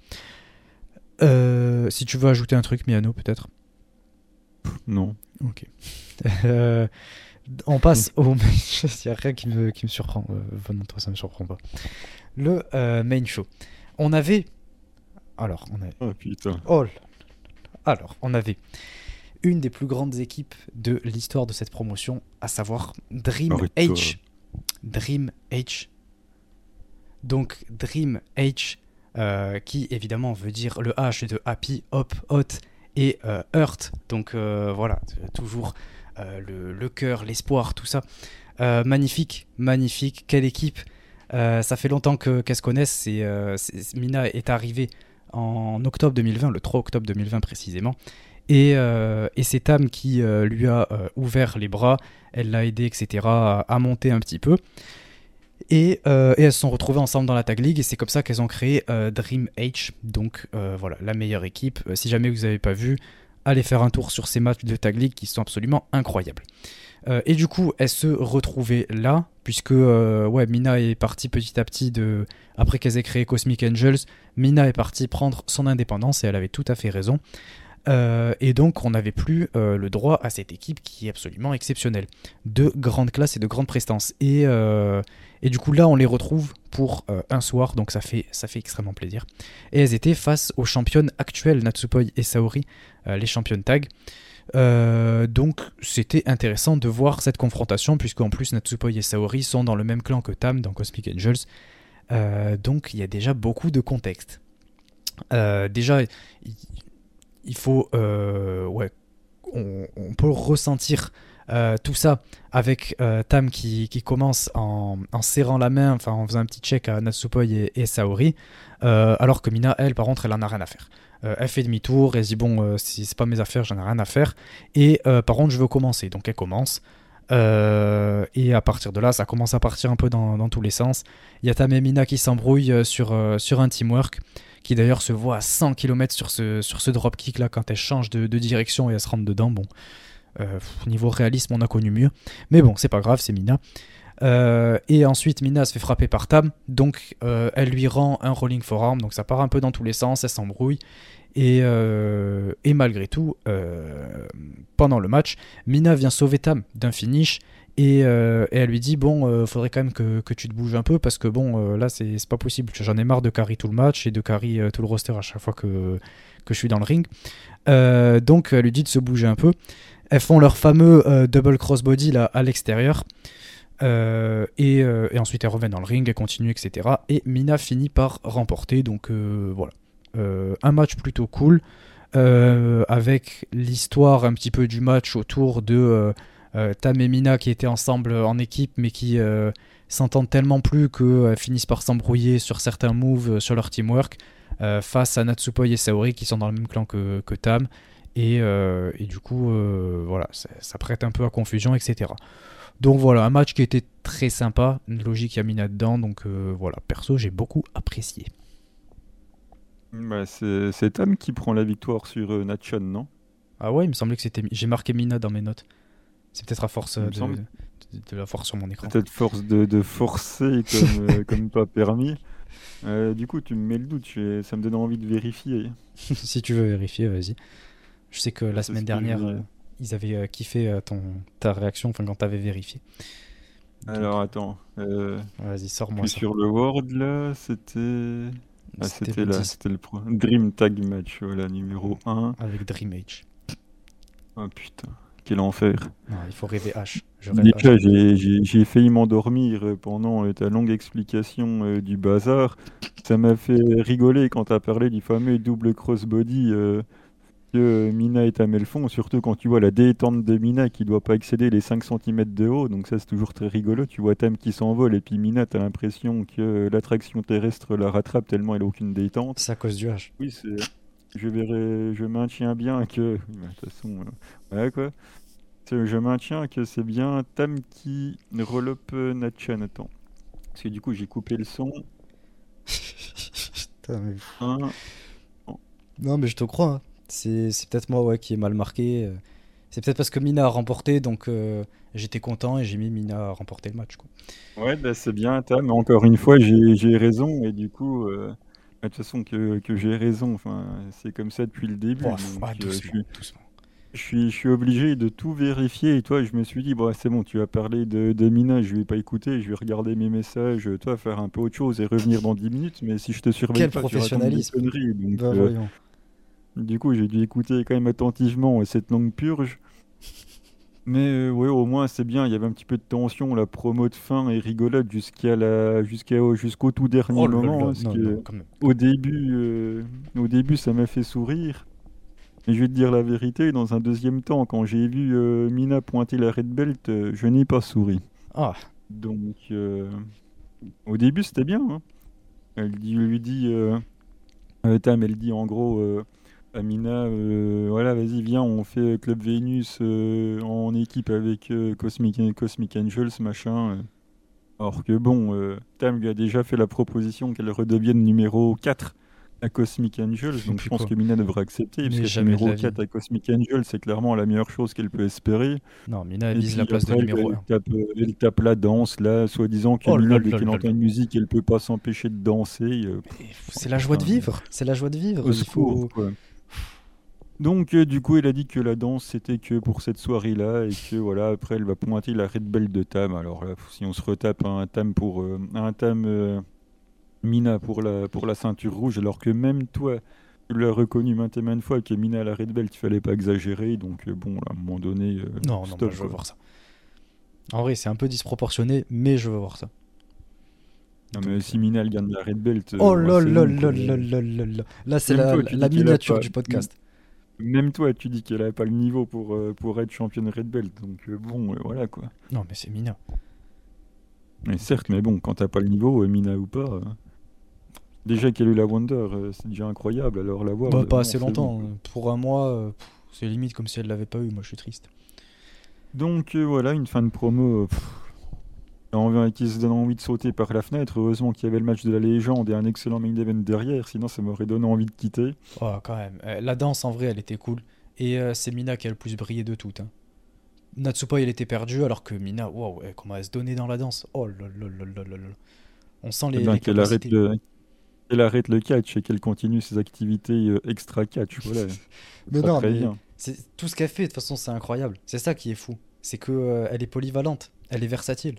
Euh, si tu veux ajouter un truc, Miano, peut-être. Non. Ok. Euh, on passe au main show. Il n'y a rien qui me, qui me surprend. Euh, venant toi, ça me surprend pas. Le euh, main show. On avait. Alors, on avait. Oh putain. Oh là là. Alors, on avait une des plus grandes équipes de l'histoire de cette promotion, à savoir Dream Arrête-toi. H. Dream H. Donc, Dream H, euh, qui évidemment veut dire le H de Happy, Hop, Hot et euh, Hurt. Donc, euh, voilà, toujours euh, le, le cœur, l'espoir, tout ça. Euh, magnifique, magnifique, quelle équipe. Euh, ça fait longtemps que, qu'elles se connaissent. C'est, euh, c'est- Mina est arrivée en octobre deux mille vingt, le trois octobre deux mille vingt précisément. Et, euh, et c'est Tam qui euh, lui a euh, ouvert les bras, elle l'a aidé, et cetera, à, à monter un petit peu. Et, euh, et elles se sont retrouvées ensemble dans la Tag League, et c'est comme ça qu'elles ont créé euh, Dream H, donc euh, voilà, la meilleure équipe. Euh, si jamais vous n'avez pas vu, allez faire un tour sur ces matchs de Tag League qui sont absolument incroyables. Euh, et du coup, elle se retrouvait là, puisque euh, ouais, Mina est partie petit à petit, de... après qu'elles aient créé Cosmic Angels, Mina est partie prendre son indépendance, et elle avait tout à fait raison. Euh, et donc, on n'avait plus euh, le droit à cette équipe qui est absolument exceptionnelle, de grande classe et de grande prestance. Et, euh, et du coup, là, on les retrouve pour euh, un soir, donc ça fait, ça fait extrêmement plaisir. Et elles étaient face aux championnes actuelles, Natsupoi et Saori, euh, les championnes tag. Euh, donc c'était intéressant de voir cette confrontation, puisqu'en plus Natsupoi et Saori sont dans le même clan que Tam dans Cosmic Angels. Euh, donc il y a déjà beaucoup de contexte. Euh, déjà, il, il faut... Euh, ouais, on, on peut ressentir euh, tout ça avec euh, Tam qui, qui commence en, en serrant la main, enfin en faisant un petit check à Natsupoi et, et Saori, euh, alors que Mina, elle, par contre, elle en a rien à faire. Euh, elle fait demi-tour, elle dit bon, euh, si c'est pas mes affaires, j'en ai rien à faire. Et euh, par contre, je veux commencer. Donc elle commence. Euh, et à partir de là, ça commence à partir un peu dans, dans tous les sens. Il y a Tam et Mina qui s'embrouillent sur, euh, sur un teamwork, qui d'ailleurs se voit à cent kilomètres sur ce, sur ce dropkick là quand elle change de, de direction et elle se rentre dedans. Bon, euh, niveau réalisme, on a connu mieux. Mais bon, c'est pas grave, c'est Mina. Euh, et ensuite Mina se fait frapper par Tam, donc euh, elle lui rend un rolling forearm, donc ça part un peu dans tous les sens, elle s'embrouille, et, euh, et malgré tout, euh, pendant le match, Mina vient sauver Tam d'un finish, et, euh, et elle lui dit bon, euh, faudrait quand même que, que tu te bouges un peu, parce que bon, euh, là c'est, c'est pas possible, j'en ai marre de carry tout le match, et de carry euh, tout le roster à chaque fois que, que je suis dans le ring. Euh, donc elle lui dit de se bouger un peu. Elles font leur fameux euh, double crossbody là à l'extérieur. Euh, et, euh, et ensuite elle revient dans le ring, elle continue, et cetera. Et Mina finit par remporter, donc euh, voilà. Euh, un match plutôt cool, euh, avec l'histoire un petit peu du match autour de euh, euh, Tam et Mina qui étaient ensemble en équipe, mais qui euh, s'entendent tellement plus qu'elles euh, finissent par s'embrouiller sur certains moves, euh, sur leur teamwork, euh, face à Natsupoi et Saori qui sont dans le même clan que, que Tam. Et, euh, et du coup, euh, voilà, ça, ça prête un peu à confusion, et cetera. Donc voilà, un match qui était très sympa, une logique Yamina dedans, donc euh, voilà, perso j'ai beaucoup apprécié. Bah, c'est, c'est Tam qui prend la victoire sur euh, Natchan, non? Ah ouais, il me semblait que c'était... J'ai marqué Mina dans mes notes. C'est peut-être à force Il euh, me de, semble. de, de la force sur mon écran. Peut-être force de, de forcer comme, euh, comme pas permis. Euh, du coup, tu me mets le doute, je- ça me donne envie de vérifier. Si tu veux vérifier, vas-y. Je sais que la C'est semaine ce que je dernière, vais- euh, ils avaient euh, kiffé euh, ton, ta réaction, enfin quand t'avais vérifié. Donc, Alors attends, euh, vas-y, je sors-moi suis ça. sur le Word là, c'était... Ah, C'était c'était le là, dix, c'était le pro- Dream Tag Match, voilà, numéro un. avec Dream Age. Oh putain, quel enfer. Non, il faut rêver H. Je rêve Déjà, H. j'ai j'ai- j'ai failli m'endormir euh, pendant euh, ta longue explication euh, du bazar. Ça m'a fait rigoler quand tu as parlé du fameux double crossbody euh, que euh, Mina et Tamel font, surtout quand tu vois la détente de Mina qui doit pas excéder les cinq centimètres de haut. Donc ça, c'est toujours très rigolo. Tu vois Tam qui s'envole et puis Mina, tu as l'impression que euh, l'attraction terrestre la rattrape tellement elle a aucune détente. C'est à cause du H. Oui, c'est... Je verrai... je maintiens bien que... oui, bah, de toute façon, euh, ouais, quoi. C'est- Je maintiens que c'est bien Tam qui relope euh, Natchan. Attends. Parce que du coup, j'ai coupé le son. Putain, mais... Un. Non, mais je te crois, hein. C'est, c'est peut-être moi ouais, qui ai mal marqué. euh. C'est peut-être parce que Mina a remporté, donc euh, j'étais content et j'ai mis Mina à remporter le match, quoi. Ouais, bah, c'est bien Tam. Mais encore une fois, j'ai j'ai raison. Et du coup, euh, bah, de toute façon, que, que j'ai raison. Enfin, c'est comme ça depuis le début. Oh, Donc, ah, euh, je doucement, suis, doucement. je suis, je suis obligé de tout vérifier. Et toi, je me suis dit, bon, c'est bon, tu as parlé de, de Mina, je vais pas écouter. Je vais regarder mes messages, toi, faire un peu autre chose et revenir dans dix minutes. Mais si je te surveille Quel pas, tu racontes des professionnalisme. conneries. Donc, Bah euh, voyons. du coup, j'ai dû écouter quand même attentivement cette longue purge. Mais euh, ouais, au moins c'est bien, il y avait un petit peu de tension, la promo de fin est rigolote jusqu'à la, jusqu'à, jusqu'au tout Oh dernier là moment, là, hein, parce non, non, que quand même. au début, euh, au début ça m'a fait sourire. Mais je vais te dire la vérité, dans un deuxième temps, quand j'ai vu euh, Mina pointer la red belt, euh, je n'ai pas souri. Ah, Donc euh, au début c'était bien, hein. Elle dit, lui dit, euh, euh, Tam, elle dit en gros, euh, Amina, euh, voilà, vas-y, viens, on fait Club Vénus euh, en équipe avec euh, Cosmic, Cosmic Angels, machin. euh. Alors que bon, euh, Tam lui a déjà fait la proposition qu'elle redevienne numéro quatre à Cosmic Angels, donc je Puis pense quoi. que Mina devrait accepter, parce Mais que jamais de numéro la vie. quatre à Cosmic Angels, c'est clairement la meilleure chose qu'elle peut espérer. Non, Mina elle Et vise la puis place de après, numéro elle un. tape, euh, elle tape la danse, là, soi-disant que Oh là Mina, dès là qu'elle là entend là. une musique, elle peut pas s'empêcher de danser. euh, Mais pff, c'est la joie de enfin, mais vivre. C'est la joie de vivre. au Il secours, faut. quoi. Donc, euh, du coup, elle a dit que la danse, c'était que pour cette soirée-là, et que voilà, après, elle va pointer la Red Belt de Tam. Alors là, si on se retape un Tam pour euh, un Tam euh, Mina pour la, pour la ceinture rouge, alors que même toi, tu l'as reconnu maintes et maintes fois que Mina a la Red Belt, il fallait pas exagérer. Donc, euh, bon, à un moment donné, euh, Non, non, moi stop, je veux quoi. voir ça. En vrai, c'est un peu disproportionné, mais je veux voir ça. Non, Donc. mais euh, si Mina, elle gagne la Red Belt, Oh euh, ouais, là c'est là bon, quoi. là là là là là. Là, c'est Même la, toi, tu la dis qu'elle a miniature pas. du podcast. Même toi, tu dis qu'elle a pas le niveau pour, euh, pour être championne Red Belt. Donc, euh, bon, euh, voilà, quoi. Non, mais c'est Mina. Mais certes, Donc, euh, mais bon, quand t'as pas le niveau, euh, Mina ou pas. euh, Déjà qu'elle a eu la Wonder, euh, c'est déjà incroyable. Alors la bah, World, pas non, assez c'est bon, longtemps. quoi. Pour un mois, euh, pff, c'est limite comme si elle l'avait pas eu. Moi, je suis triste. Donc euh, voilà, une fin de promo euh, pff, envie- qui se donne envie de sauter par la fenêtre. Heureusement qu'il y avait le match de la légende et un excellent main event derrière, sinon ça m'aurait donné envie de quitter. Oh, quand même. Euh, la danse, en vrai, elle était cool. Et euh, c'est Mina qui a le plus brillé de toutes, hein. Natsupa, il était perdu, alors que Mina, waouh, eh, comment elle se donnait dans la danse. Oh là là là là là là. On sent Eh les, ben, les qu'elle arrête capacités. le, qu'elle arrête le catch et qu'elle continue ses activités euh, extra catch. Voilà, ce Mais sera non, très mais bien. c'est tout ce qu'elle fait, de toute façon, c'est incroyable. C'est ça qui est fou. C'est que euh, elle est polyvalente, elle est versatile.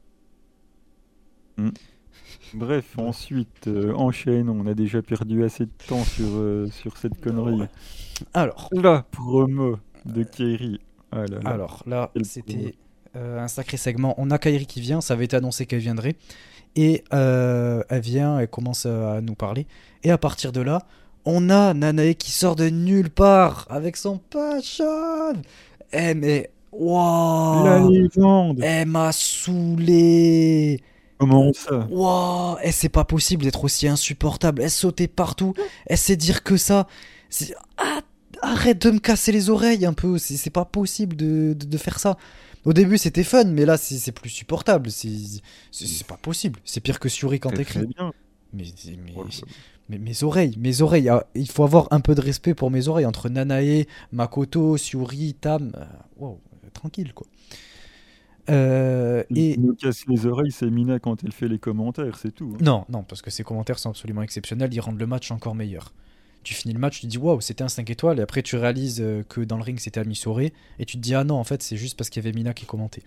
Mm. Bref, Bref. ensuite, euh, enchaînons. On a déjà perdu assez de temps sur, euh, sur cette connerie. Ouais. Alors, La promo de Kerry. Ah là là, alors là, quelle promo. c'était euh, un sacré segment. On a Kairi qui vient, ça avait été annoncé qu'elle viendrait. Et euh, elle vient, elle commence à nous parler. Et à partir de là, on a Nanae qui sort de nulle part avec son passion. Eh mais, La waouh, légende. elle m'a saoulé. Comment ça? Waouh, eh, c'est pas possible d'être aussi insupportable. Elle sautait partout, elle sait dire que ça. C'est- Ah, arrête de me casser les oreilles un peu, c'est c'est pas possible de, de, de faire ça. Au début c'était fun, mais là c'est c'est plus supportable. C'est c'est- c'est pas possible. C'est pire que Suri quand Très très t'écris. bien. Mais, mais, Oh là là. mais mes oreilles, mes oreilles, ah, il faut avoir un peu de respect pour mes oreilles. Entre Nanae, Makoto, Suri, Tam, euh, wow, euh, tranquille quoi. Euh, Ce qui et nous casse les oreilles, c'est Mina quand elle fait les commentaires, c'est tout, hein. non, non, parce que ces commentaires sont absolument exceptionnels, ils rendent le match encore meilleur. Tu finis le match, tu te dis waouh, c'était un cinq étoiles, et après tu réalises euh, que dans le ring c'était Ami Souré, et tu te dis ah non, en fait c'est juste parce qu'il y avait Mina qui commentait.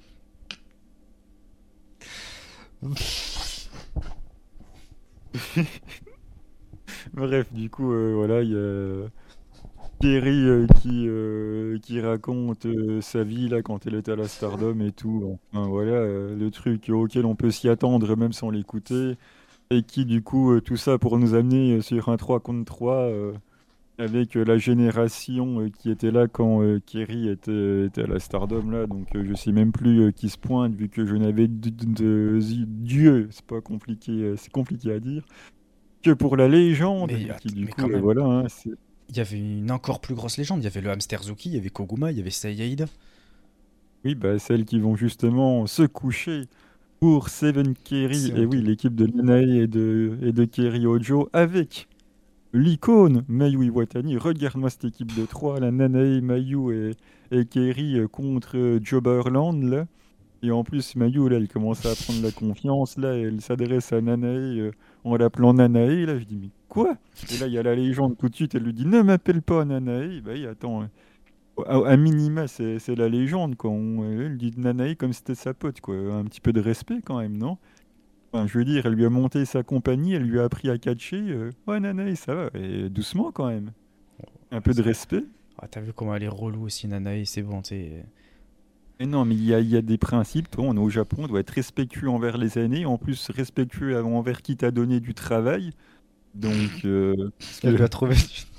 Bref, du coup, euh, voilà, il y a Kerry euh, qui, euh, qui raconte euh, sa vie là quand elle était à la Stardom et tout. Enfin, voilà, euh, le truc auquel on peut s'y attendre même sans l'écouter. Et qui, du coup, euh, tout ça pour nous amener euh, sur un trois contre trois euh, avec euh, la génération euh, qui était là quand euh, Kerry était, était à la Stardom là. Donc, euh, je sais même plus euh, qui se pointe vu que je n'avais de, de- de- Dieu, c'est pas compliqué, euh, c'est compliqué à dire, que pour la légende Mais, et qui, att- du mais coup, quand euh, même, voilà, hein, c'est il y avait une encore plus grosse légende, il y avait le hamster Zuki, il y avait Koguma, il y avait Sayaida. oui, bah, celles qui vont justement se coucher pour Seven Kerry, C'est et oui, honteux. l'équipe de Nanae et de, et de Kerry Ojo, avec l'icône Mayu Iwatani. Regarde-moi cette équipe de trois, la Nanae, Mayu et, et Kerry euh, contre euh, Jobberland, là. Et en plus, Mayu, là, elle commence à prendre la confiance, là, elle s'adresse à Nanae euh, en l'appelant Nanae, là, je dis, mais quoi? Et là, il y a la légende tout de suite, elle lui dit, ne m'appelle pas Nanae. Bah, oui, attends, à, à minima, c'est c'est la légende, quoi. On, elle dit Nanae comme si c'était sa pote, quoi. Un petit peu de respect, quand même, non? Enfin, je veux dire, elle lui a monté sa compagnie, elle lui a appris à catcher. euh, Ouais, Nanae, ça va. Et doucement, quand même. Un peu de respect. Ah, t'as vu comment elle est relou aussi, Nanae, c'est bon, t'sais. Et non, mais il y a, il y a des principes. Toi, on est au Japon, on doit être respectueux envers les aînés, en plus respectueux envers qui t'a donné du travail. Donc, euh, parce Elle lui que a trouvé.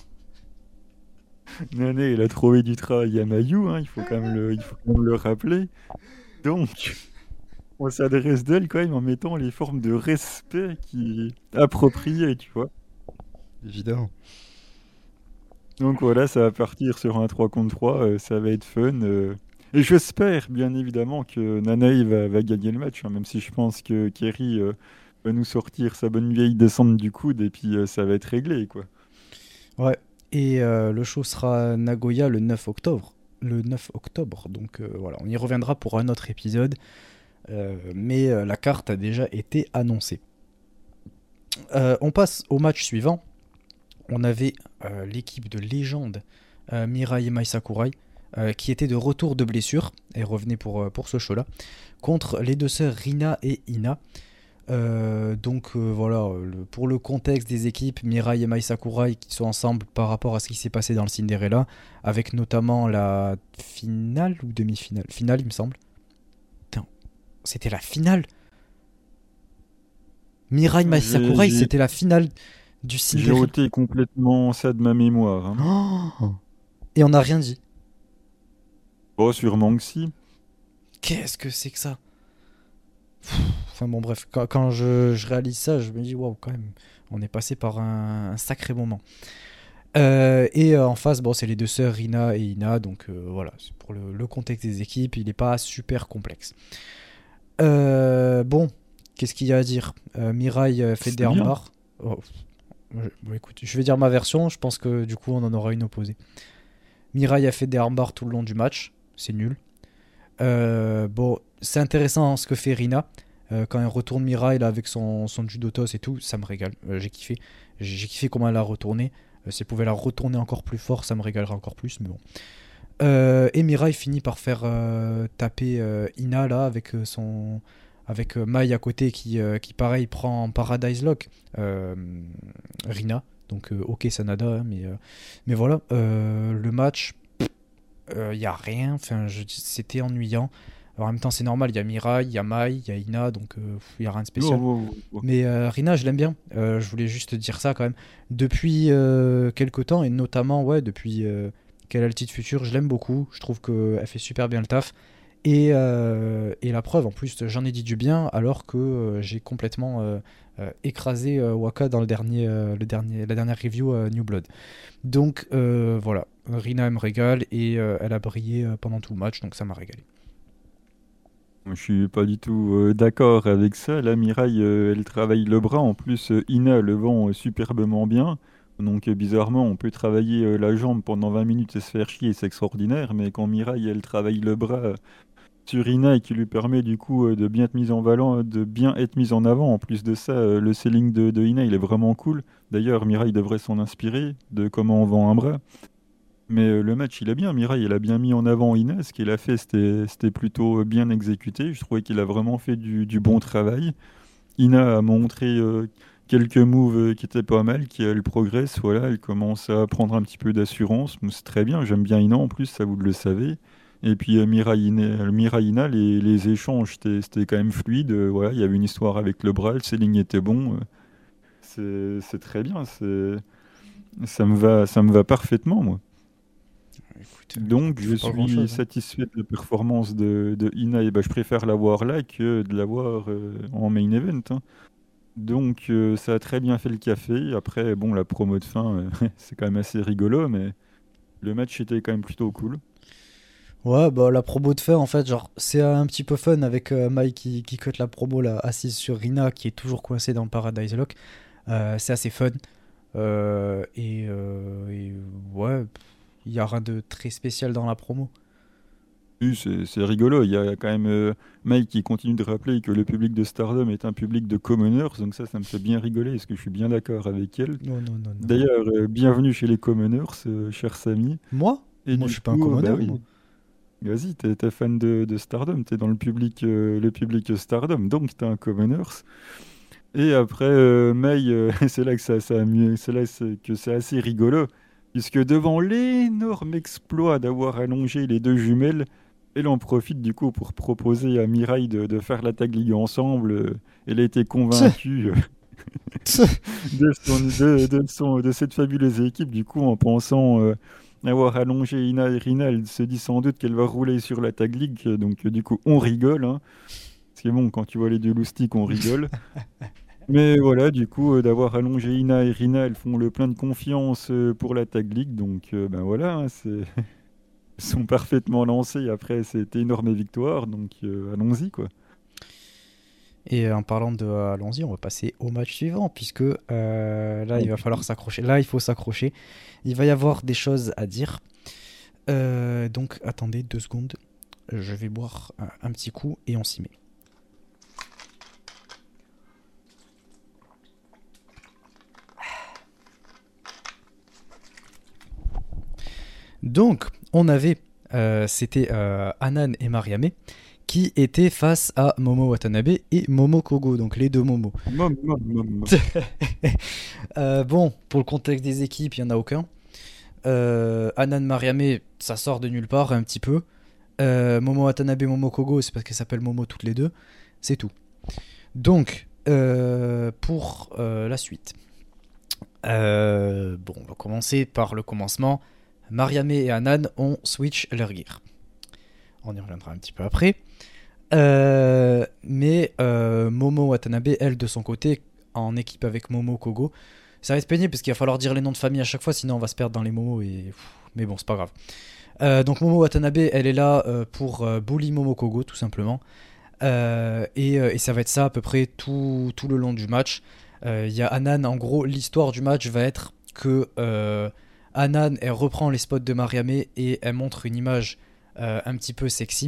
Nanae, elle a trouvé du travail à Mayu, hein, il faut quand même le, il faut quand même le rappeler. Donc, on s'adresse d'elle quand même en mettant les formes de respect qui appropriées, tu vois. Évidemment. Donc voilà, ça va partir sur un trois contre trois, euh, ça va être fun. euh. Et j'espère bien évidemment que Nanae va, va gagner le match, hein, même si je pense que Kerry euh, va nous sortir sa bonne vieille descente du coude et puis euh, ça va être réglé, quoi. Ouais. Et euh, le show sera à Nagoya le neuf octobre. Le neuf octobre. Donc euh, voilà, on y reviendra pour un autre épisode. Euh, mais euh, la carte a déjà été annoncée. Euh, on passe au match suivant. On avait euh, l'équipe de légende euh, Mirai et Mai Sakurai euh, qui était de retour de blessure et revenait pour, euh, pour ce show-là contre les deux sœurs Rina et Ina. Euh, donc euh, voilà, le, pour le contexte des équipes, Mirai et Mai Sakurai qui sont ensemble par rapport à ce qui s'est passé dans le Cinderella, avec notamment la finale ou demi-finale finale, il me semble. Putain, c'était la finale. Mirai Mai J'ai Sakurai, j'ai- c'était la finale du j'ai Cinderella. ôté complètement ça de ma mémoire, hein. Oh, et on n'a rien dit. Bon, sûrement que si. Qu'est-ce que c'est que ça? Enfin bon, bref, quand, quand je, je réalise ça, je me dis waouh, quand même, on est passé par un, un sacré moment. Euh, et euh, en face, bon, c'est les deux sœurs Rina et Ina, donc euh, voilà, c'est pour le, le contexte des équipes, il n'est pas super complexe. Euh, bon, qu'est-ce qu'il y a à dire? euh, Mirai euh, fait des C'était bien. armbars. Oh, je- bon, écoute, je vais dire ma version, je pense que du coup on en aura une opposée. Mirai a fait des armbars tout le long du match, c'est nul. Euh, bon, c'est intéressant ce que fait Rina. Euh, quand elle retourne Mirai là, avec son, son judotos et tout, ça me régale. Euh, j'ai kiffé. J'ai j'ai kiffé comment elle a retourné. Euh, si elle pouvait la retourner encore plus fort, ça me régalerait encore plus, mais bon. Euh, et Mirai finit par faire euh, taper euh, Ina là avec euh, son avec euh, Mai à côté qui, euh, qui pareil prend Paradise Lock euh, Rina. Donc euh, ok Sanada, hein, mais, euh, mais voilà. Euh, le match, il euh, y a rien. Enfin, je- c'était ennuyant. Alors, en même temps, c'est normal. Il y a Mirai, il y a Mai, il y a Ina, donc il n'y a rien de Oh, spécial. oh, oh, oh. Mais euh, Rina, je l'aime bien. Euh, je voulais juste dire ça quand même. Depuis euh, quelques temps, et notamment ouais, depuis euh, Quelle Altitude Future, je l'aime beaucoup. Je trouve qu'elle fait super bien le taf. Et, euh, et la preuve, en plus, j'en ai dit du bien alors que euh, j'ai complètement euh, euh, écrasé euh, Waka dans le dernier, euh, le dernier, la dernière review euh, New Blood. Donc euh, voilà, Rina elle me régale et euh, elle a brillé euh, pendant tout le match, donc ça m'a régalé. Je suis pas du tout euh, d'accord avec ça. Là, Mirai, euh, elle travaille le bras. En plus, euh, Ina le vend euh, superbement bien. Donc, euh, bizarrement, on peut travailler euh, la jambe pendant vingt minutes et se faire chier, c'est extraordinaire. Mais quand Mirai, elle travaille le bras euh, sur Ina et qui lui permet du coup euh, de bien être mise en valeur, de bien être mise en avant. En plus de ça, euh, le selling de, de Ina, il est vraiment cool. D'ailleurs, Mirai devrait s'en inspirer de comment on vend un bras. Mais euh, le match, il est bien. Mirai, il a bien mis en avant Ina. Ce qu'il a fait, c'était c'était plutôt euh, bien exécuté. Je trouvais qu'il a vraiment fait du, du bon travail. Ina a montré euh, quelques moves euh, qui étaient pas mal, qui elle progresse. Voilà, elle commence à prendre un petit peu d'assurance. Mais c'est très bien. J'aime bien Ina en plus, ça vous le savez. Et puis euh, Mirai, Ina, euh, Mirai, Ina, les, les échanges, c'était c'était quand même fluide. Euh, voilà, il y avait une histoire avec le bras, le selling était bon. Euh, c'est c'est très bien. C'est ça me va, ça me va parfaitement, moi. Écoute, écoute, Donc, je je fais pas grand suis chose. satisfait de la performance de, de Ina et bah, je préfère l'avoir là que de l'avoir euh, en main event, hein. Donc, euh, ça a très bien fait le café. Après, bon, la promo de fin, euh, c'est quand même assez rigolo, mais le match était quand même plutôt cool. Ouais, bah la promo de fin, en fait, genre, c'est un petit peu fun avec euh, Mike qui, qui cut la promo là, assise sur Rina qui est toujours coincée dans le Paradise Lock. Euh, c'est assez fun. Euh, et, euh, et ouais, il y a rien de très spécial dans la promo. Oui, c'est c'est rigolo. Il y a quand même euh, Mike qui continue de rappeler que le public de Stardom est un public de commoners. Donc ça, ça me fait bien rigoler parce que je suis bien d'accord avec elle. Non, non, non, non. D'ailleurs, euh, bienvenue chez les commoners, euh, cher Samy. Moi? Et Moi, je du suis pas un coup, euh, bah commoner, moi. oui. Vas-y, t'es t'es fan de, de Stardom, t'es dans le public, euh, le public Stardom, donc t'es un Commoners. Et après, euh, Mei, euh, c'est là que ça, ça a mieux- c'est là c'est- que c'est assez rigolo, puisque devant l'énorme exploit d'avoir allongé les deux jumelles, elle en profite du coup pour proposer à Mirai de, de faire la tag league ensemble. Euh, Elle a été Tch, convaincue euh, tch. de, son, de, de son- de cette fabuleuse équipe, du coup, en pensant euh, avoir allongé Ina et Rina, elle se dit sans doute qu'elle va rouler sur la tag league, euh, donc euh, du coup, on rigole, hein. Parce que bon, quand tu vois les deux loustiques, on rigole. Mais voilà, du coup, euh, d'avoir allongé Ina et Rina, elles font le plein de confiance euh, pour la tag league, donc euh, ben voilà, hein, c'est... Ils sont parfaitement lancés après cette énorme victoire, donc euh, allons-y, quoi. Et en parlant de euh, allons-y, on va passer au match suivant, puisque euh, là, il va falloir s'accrocher. Là, il faut s'accrocher. Il va y avoir des choses à dire. Euh, donc, attendez deux secondes. Je vais boire un, un petit coup et on s'y met. Donc, on avait, euh, c'était euh, Anan et Mariame qui étaient face à Momo Watanabe et Momo Kogo, donc les deux Momo. Mom, mom, mom, mom. Euh, bon, pour le contexte des équipes, il n'y en a aucun. Euh, Anan Mariame, ça sort de nulle part un petit peu. Euh, Momo Watanabe et Momo Kogo, c'est parce qu'elles s'appellent Momo toutes les deux. C'est tout. Donc, euh, pour euh, la suite. Euh, bon, on va commencer par le commencement. Mariame et Anan ont switch leur gear. On y reviendra un petit peu après. Euh, mais euh, Momo Watanabe, elle, de son côté, en équipe avec Momo Kogo, ça va être pénible parce qu'il va falloir dire les noms de famille à chaque fois, sinon on va se perdre dans les Momo. Et... Mais bon, c'est pas grave. Euh, donc Momo Watanabe, elle est là euh, pour euh, bully Momo Kogo, tout simplement. Euh, et, euh, et ça va être ça à peu près tout, tout le long du match. Il euh, y a Anan, en gros, l'histoire du match va être que euh, Anan, elle reprend les spots de Mariame et elle montre une image euh, un petit peu sexy.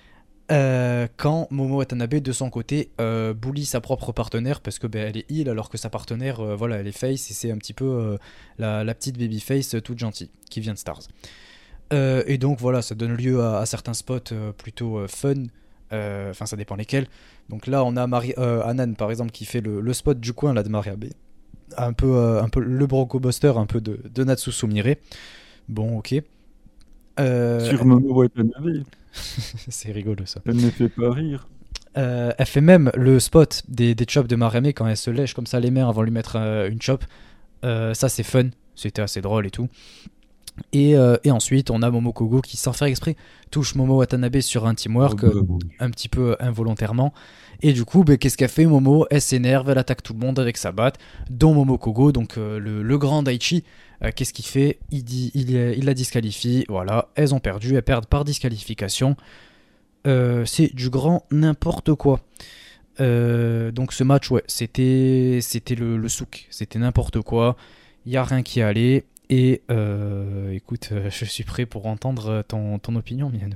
Euh, quand Momo Watanabe de son côté euh, bully sa propre partenaire parce que ben, elle est heal alors que sa partenaire euh, voilà, elle est face et c'est un petit peu euh, la, la petite baby face euh, toute gentille qui vient de Stars. Euh, et donc voilà, ça donne lieu à, à certains spots euh, plutôt euh, fun, enfin euh, ça dépend lesquels. Donc là on a Marie, euh, Anan par exemple qui fait le, le spot du coin là de Mariabe, un peu, euh, un peu le Bronco Buster un peu de, de Natsu Sumire. Bon ok. Euh, Sur Momo Watanabe. c'est rigolo ça. Elle ne fait pas rire. Euh, elle fait même le spot des, des chops de Mariame quand elle se lèche comme ça les mains avant de lui mettre euh, une chop. Euh, ça c'est fun, c'était assez drôle et tout. Et, euh, et ensuite on a Momo Kogo qui sans faire exprès touche Momo Watanabe sur un teamwork Oh, bah, bon. euh, un petit peu involontairement. Et du coup, bah, qu'est-ce qu'elle fait Momo? Elle s'énerve, elle attaque tout le monde avec sa batte, dont Momo Kogo, donc euh, le, le grand Daichi. Euh, qu'est-ce qu'il fait? Il, dit, il, il la disqualifie, voilà, elles ont perdu, elles perdent par disqualification. Euh, c'est du grand n'importe quoi. Euh, donc ce match, ouais, c'était, c'était le, le souk, c'était n'importe quoi. Il n'y a rien qui allait. Et euh, écoute, euh, je suis prêt pour entendre ton, ton opinion, Miano.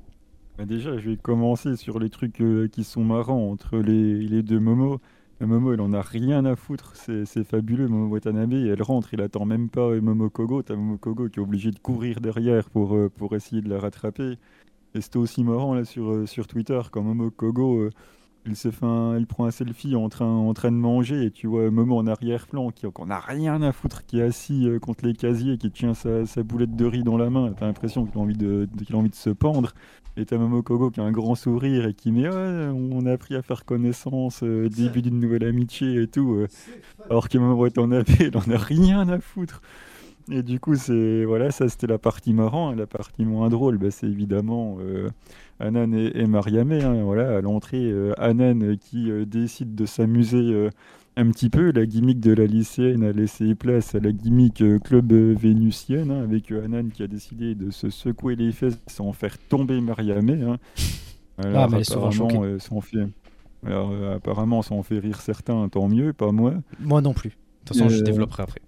Bah déjà, je vais commencer sur les trucs euh, qui sont marrants entre les, les deux Momo. Le Momo, il en a rien à foutre, c'est c'est fabuleux. Momo Watanabe, elle rentre, il attend même pas euh, Momo Kogo. T'as Momo Kogo qui est obligé de courir derrière pour, euh, pour essayer de la rattraper. Et c'était aussi marrant là sur, euh, sur Twitter quand Momo Kogo, euh, il se fait un- il prend un selfie en train, en train de manger et tu vois Momo en arrière-plan qui qu'on a rien à foutre, qui est assis euh, contre les casiers, qui tient sa, sa boulette de riz dans la main. T'as l'impression qu'il a envie de, de- qu'il a envie de se pendre. Et t'as Momo Kogo qui a un grand sourire et qui met ouais, on a appris à faire connaissance, euh, début d'une nouvelle amitié et tout. euh. Alors que Momo Watanabe, il en a rien à foutre. Et du coup, c'est voilà, ça c'était la partie marrant. Et la partie moins drôle, bah, c'est évidemment euh, Anan et, et Mariame. Hein, voilà, à l'entrée, euh, Anan euh, qui euh, décide de s'amuser euh, un petit peu. La gimmick de la lycéenne a laissé place à la gimmick euh, club euh, vénusienne, hein, avec euh, Anan qui a décidé de se secouer les fesses sans faire tomber Mariame. Hein. Ah, Alors, mais elle est souvent choquée. apparemment, euh, ça en fait, alors, euh, apparemment, ça en fait rire certains, tant mieux, pas moi. Moi non plus. De toute façon, je Euh, développerai après.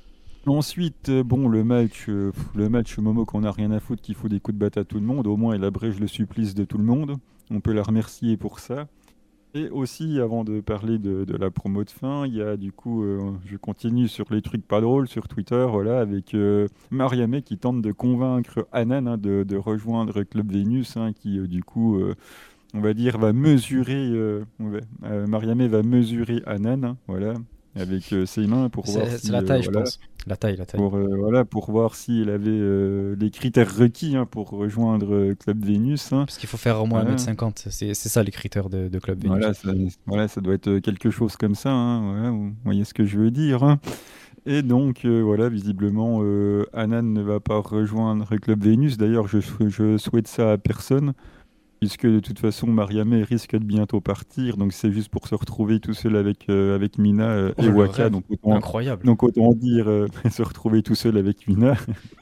Ensuite, euh, bon, le match, euh, pff, le match Momo qu'on a rien à foutre, qui fout des coups de batte à tout le monde. Au moins, elle abrège le supplice de tout le monde. On peut la remercier pour ça. Et aussi, avant de parler de, de la promo de fin, il y a du coup, euh, je continue sur les trucs pas drôles sur Twitter, voilà, avec euh, Mariame qui tente de convaincre Anan hein, de, de rejoindre Club Vénus, hein, qui euh, du coup, euh, on va dire, va mesurer, euh, ouais, euh, Mariame va mesurer Anan, hein, voilà, avec euh, ses mains pour voir C'est si, c'est la euh, taille, je voilà, pense. La taille, la taille. pour, euh, voilà, pour voir s'il avait euh, les critères requis hein, pour rejoindre euh, Club Vénus. Hein. Parce qu'il faut faire au moins Voilà. un mètre cinquante. C'est c'est ça les critères de, de Club Vénus. Voilà, ça, voilà, ça doit être euh, quelque chose comme ça. Hein, voilà, vous voyez ce que je veux dire. Hein. Et donc, euh, voilà, visiblement, euh, Anan ne va pas rejoindre Club Vénus. D'ailleurs, je, je souhaite ça à personne, puisque de toute façon, Mariame risque de bientôt partir. Donc, c'est juste pour se retrouver tout seul avec, euh, avec Mina euh, Oh, et le Waka. rêve. Donc, autant, Incroyable. donc, autant dire euh, se retrouver tout seul avec Mina.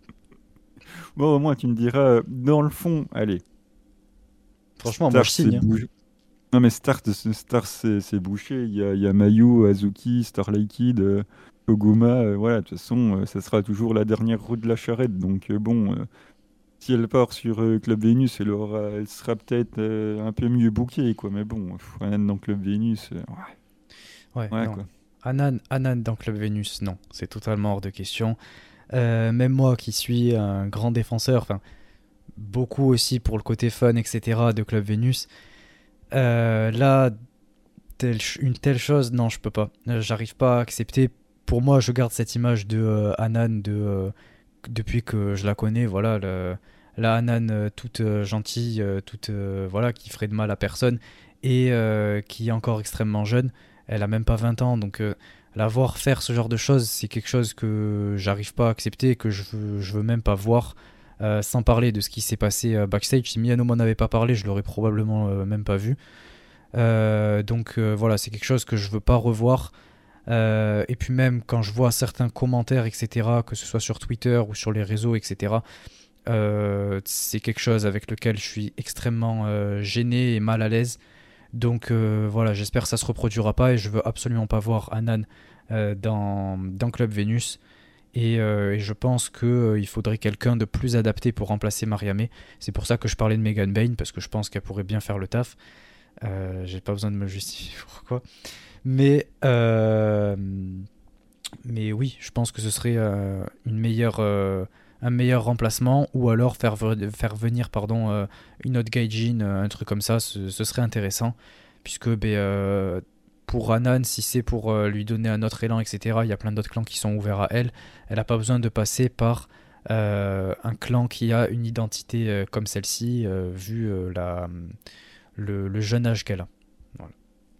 Bon, au moins, tu me diras, euh, dans le fond, allez, Franchement, moi je Stars se signe. Hein. bouge. Non, mais Star, c'est- Star c'est c'est bouché. Il y a, il y a Mayu, Azuki, Starlight Kid, euh, Koguma. Euh, voilà, de toute façon, euh, ça sera toujours la dernière roue de la charrette. Donc, euh, bon, euh, si elle part sur euh, Club Vénus, elle, aura, elle sera peut-être euh, un peu mieux bookée, quoi. Mais bon, pff, Anan dans Club Vénus, euh, Ouais, ouais, ouais, non. quoi. Anan, Anan dans Club Vénus, non, c'est totalement hors de question. Euh, même moi qui suis un grand défenseur, enfin, beaucoup aussi pour le côté fun, et cetera de Club Vénus, euh, là, telle ch- une telle chose, non, je peux pas. Euh, J'arrive pas à accepter. Pour moi, je garde cette image de euh, Anan de, euh, depuis que je la connais, voilà, le- la Anan euh, toute euh, gentille, euh, toute, euh, voilà, qui ferait de mal à personne et euh, qui est encore extrêmement jeune. Elle a même pas vingt ans, donc euh, la voir faire ce genre de choses, c'est quelque chose que j'arrive pas à accepter, que je veux, je veux même pas voir. Euh, sans parler de ce qui s'est passé euh, backstage, si Miyano m'en avait pas parlé, je l'aurais probablement euh, même pas vu. Euh, donc euh, voilà, c'est quelque chose que je veux pas revoir. Euh, et puis même quand je vois certains commentaires, et cetera, que ce soit sur Twitter ou sur les réseaux, et cetera, euh, c'est quelque chose avec lequel je suis extrêmement euh, gêné et mal à l'aise. Donc euh, voilà, j'espère que ça se reproduira pas et je veux absolument pas voir Anan euh, dans, dans Club Vénus. Et, euh, et je pense qu'il euh, faudrait quelqu'un de plus adapté pour remplacer Mariamé. C'est pour ça que je parlais de Megan Bain, parce que je pense qu'elle pourrait bien faire le taf. Euh, j'ai pas besoin de me justifier pourquoi. Mais, euh, mais oui, je pense que ce serait euh, une meilleure, euh, un meilleur remplacement ou alors faire, ve- faire venir pardon, euh, une autre gaijin, euh, un truc comme ça, ce, ce serait intéressant. Puisque ben, euh, pour Anan, si c'est pour euh, lui donner un autre élan, et cetera, il y a plein d'autres clans qui sont ouverts à elle. Elle n'a pas besoin de passer par euh, un clan qui a une identité euh, comme celle-ci, euh, vu euh, la, le, le jeune âge qu'elle a. Voilà.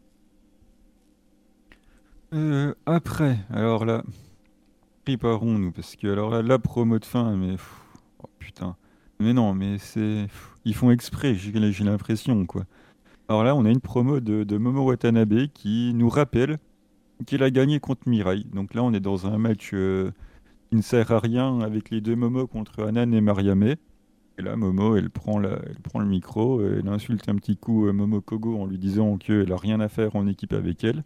Euh, après, alors là, préparons-nous, parce que alors là, la promo de fin, mais pff, oh, putain. Mais non, mais c'est. Pff, ils font exprès, j'ai j'ai l'impression, quoi. Alors là, on a une promo de, de Momo Watanabe qui nous rappelle qu'il a gagné contre Mirai. Donc là, on est dans un match euh, qui ne sert à rien avec les deux Momo contre Anan et Mariamé. Et là, Momo, elle prend, la- elle prend le micro, euh, elle insulte un petit coup euh, Momo Kogo en lui disant qu'elle a rien à faire en équipe avec elle.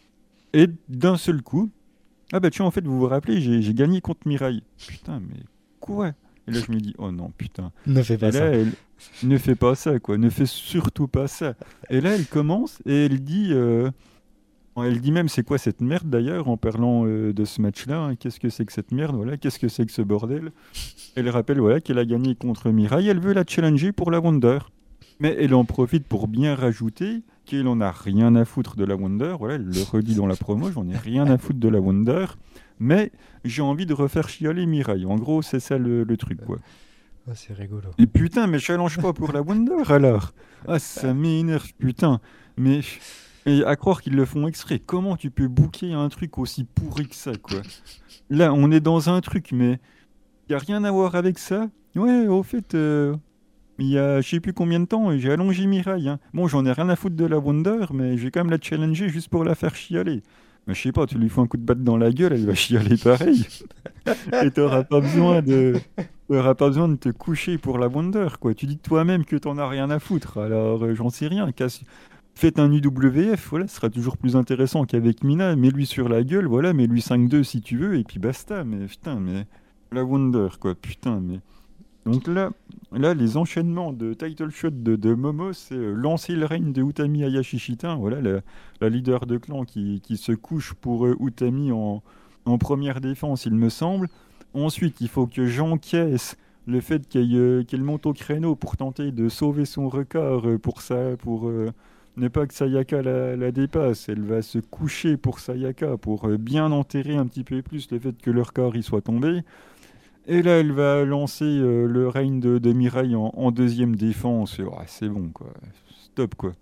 Et d'un seul coup, ah bah tiens, en fait, vous vous rappelez, j'ai j'ai gagné contre Mirai. Putain, mais quoi? Et là, je me dis, oh non, putain. Ne fais Et pas là, ça. elle ne fait pas ça, quoi. Ne fait surtout pas ça. Et là, elle commence et elle dit, euh, elle dit même, c'est quoi cette merde d'ailleurs, en parlant euh, de ce match-là, hein. Qu'est-ce que c'est que cette merde, voilà. Qu'est-ce que c'est que ce bordel? Elle rappelle, voilà, qu'elle a gagné contre Mirai. Elle veut la challenger pour la Wonder. Mais elle en profite pour bien rajouter qu'elle en a rien à foutre de la Wonder. Voilà, elle le redit dans la promo, j'en ai rien à foutre de la Wonder. Mais j'ai envie de refaire chialer Mirai. En gros, c'est ça le, le truc, quoi. Oh, c'est rigolo. Et putain, mais challenge pas pour la Wonder alors. Ah, ça m'énerve, putain. Mais et à croire qu'ils le font exprès. Comment tu peux booker un truc aussi pourri que ça, quoi? Là, on est dans un truc, mais il y a rien à voir avec ça. Ouais, au fait, euh, il y a je sais plus combien de temps, j'ai allongé Mirai, hein. Bon, j'en ai rien à foutre de la Wonder, mais je vais quand même la challenger juste pour la faire chialer. Mais je sais pas, tu lui fais un coup de batte dans la gueule, elle va chialer pareil. Et t'auras pas besoin de, t'auras pas besoin de te coucher pour la Wonder, quoi. Tu dis toi-même que t'en as rien à foutre, alors euh, j'en sais rien. Casse- Faites un U W F, voilà, ce sera toujours plus intéressant qu'avec Mina. Mets-lui sur la gueule, voilà, mets-lui cinq deux si tu veux, et puis basta. Mais putain, mais la Wonder, quoi, putain, mais. Donc là, là, les enchaînements de title shot de, de Momo, c'est euh, lancer le règne de Utami Hayashishita, voilà, la, la leader de clan qui, qui se couche pour euh, Utami en, en première défense, il me semble. Ensuite, il faut que j'encaisse le fait qu'elle euh, qu'elle monte au créneau pour tenter de sauver son record euh, pour ça, pour euh, ne pas que Sayaka la, la dépasse. Elle va se coucher pour Sayaka pour euh, bien enterrer un petit peu plus le fait que le record y soit tombé. Et là, elle va lancer euh, le règne de, de Mirai en, en deuxième défense. Et, ouais, c'est bon, quoi. Stop, quoi.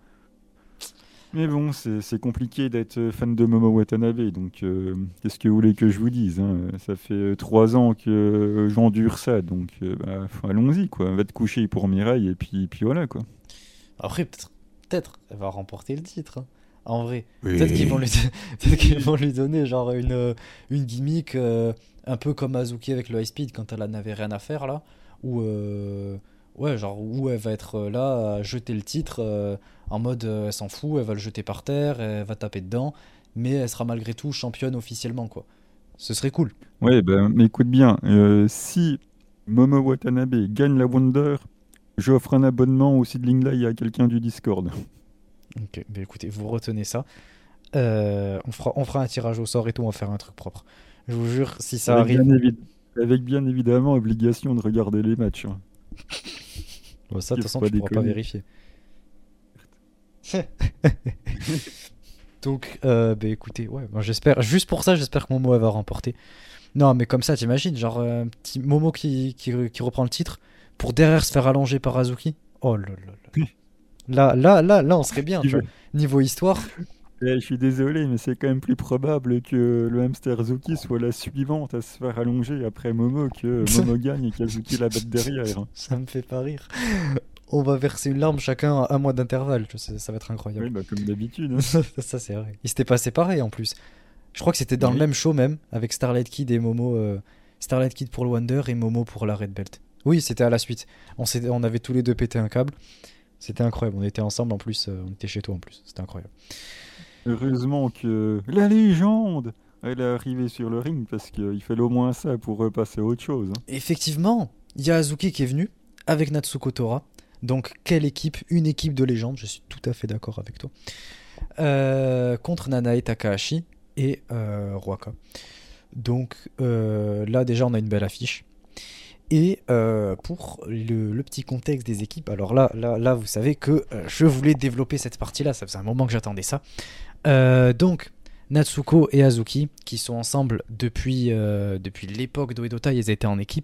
Mais bon, c'est c'est compliqué d'être fan de Momo Watanabe. Donc, euh, qu'est-ce que vous voulez que je vous dise, hein? Ça fait euh, trois ans que euh, j'endure ça. Donc, euh, bah, faut- allons-y, quoi. Va te coucher pour Mirai et puis, puis voilà, quoi. Après, peut-être, peut-être, elle va remporter le titre, hein. En vrai, peut-être qu'ils vont Oui. lui, peut-être qu'ils vont lui donner genre une, euh, une gimmick euh, un peu comme Azuki avec le high speed quand elle n'avait rien à faire là, ou euh, Ouais, genre où elle va être euh, là à jeter le titre euh, en mode euh, elle s'en fout, elle va le jeter par terre, elle va taper dedans, mais elle sera malgré tout championne officiellement, quoi. Ce serait cool. Ouais, ben, mais écoute bien, euh, si Momo Watanabe gagne la Wonder, j'offre un abonnement au Seedling Live à quelqu'un du Discord. Ok, bah écoutez, vous retenez ça. Euh, on fera, on fera un tirage au sort et tout, on va faire un truc propre. Je vous jure, si ça Avec bien, arrive. évi- Avec bien évidemment obligation de regarder les matchs, hein. Bon, ça, de Il toute faut façon, pas tu pourras pas déconner. vérifier. Donc, euh, bah écoutez, ouais, moi, j'espère, juste pour ça, j'espère que Momo elle va remporter. Non, mais comme ça, t'imagines, genre, euh, un petit Momo qui, qui, qui reprend le titre pour derrière se faire allonger par Azuki. Oh là là là. Là, là, là, là, on serait bien, Il tu vois. veut- Niveau histoire, Eh, je suis désolé, mais c'est quand même plus probable que le hamster Zuki soit la suivante à se faire allonger après Momo que Momo gagne et qu'Azuki la batte derrière, hein. ça me fait pas rire. On va verser une larme chacun à un mois d'intervalle, tu sais, ça va être incroyable. Oui, bah, comme d'habitude, hein. Ça, c'est vrai. Il s'était passé pareil en plus. Je crois que c'était dans le Oui. même show même, avec Starlight Kid et Momo. euh, Starlight Kid pour le Wonder et Momo pour la Red Belt. Oui, c'était à la suite. On, s'est- on avait tous les deux pété un câble. C'était incroyable. On était ensemble en plus. euh, on était chez toi en plus. C'était incroyable. Heureusement que la légende, elle est arrivée sur le ring parce qu'il fallait au moins ça pour repasser à autre chose, hein. Effectivement, il y a Azuki qui est venu avec Natsuko Tora. Donc, quelle équipe? Une équipe de légende. Je suis tout à fait d'accord avec toi. Euh, contre Nanae Takahashi et euh, Ruaka. Donc, euh, là, déjà, on a une belle affiche. Et euh, pour le, le petit contexte des équipes, alors là, là, là vous savez que euh, je voulais développer cette partie-là, ça faisait un moment que j'attendais ça. Euh, donc, Natsuko et Azuki, qui sont ensemble depuis, euh, depuis l'époque d'Oedotai, ils étaient en équipe.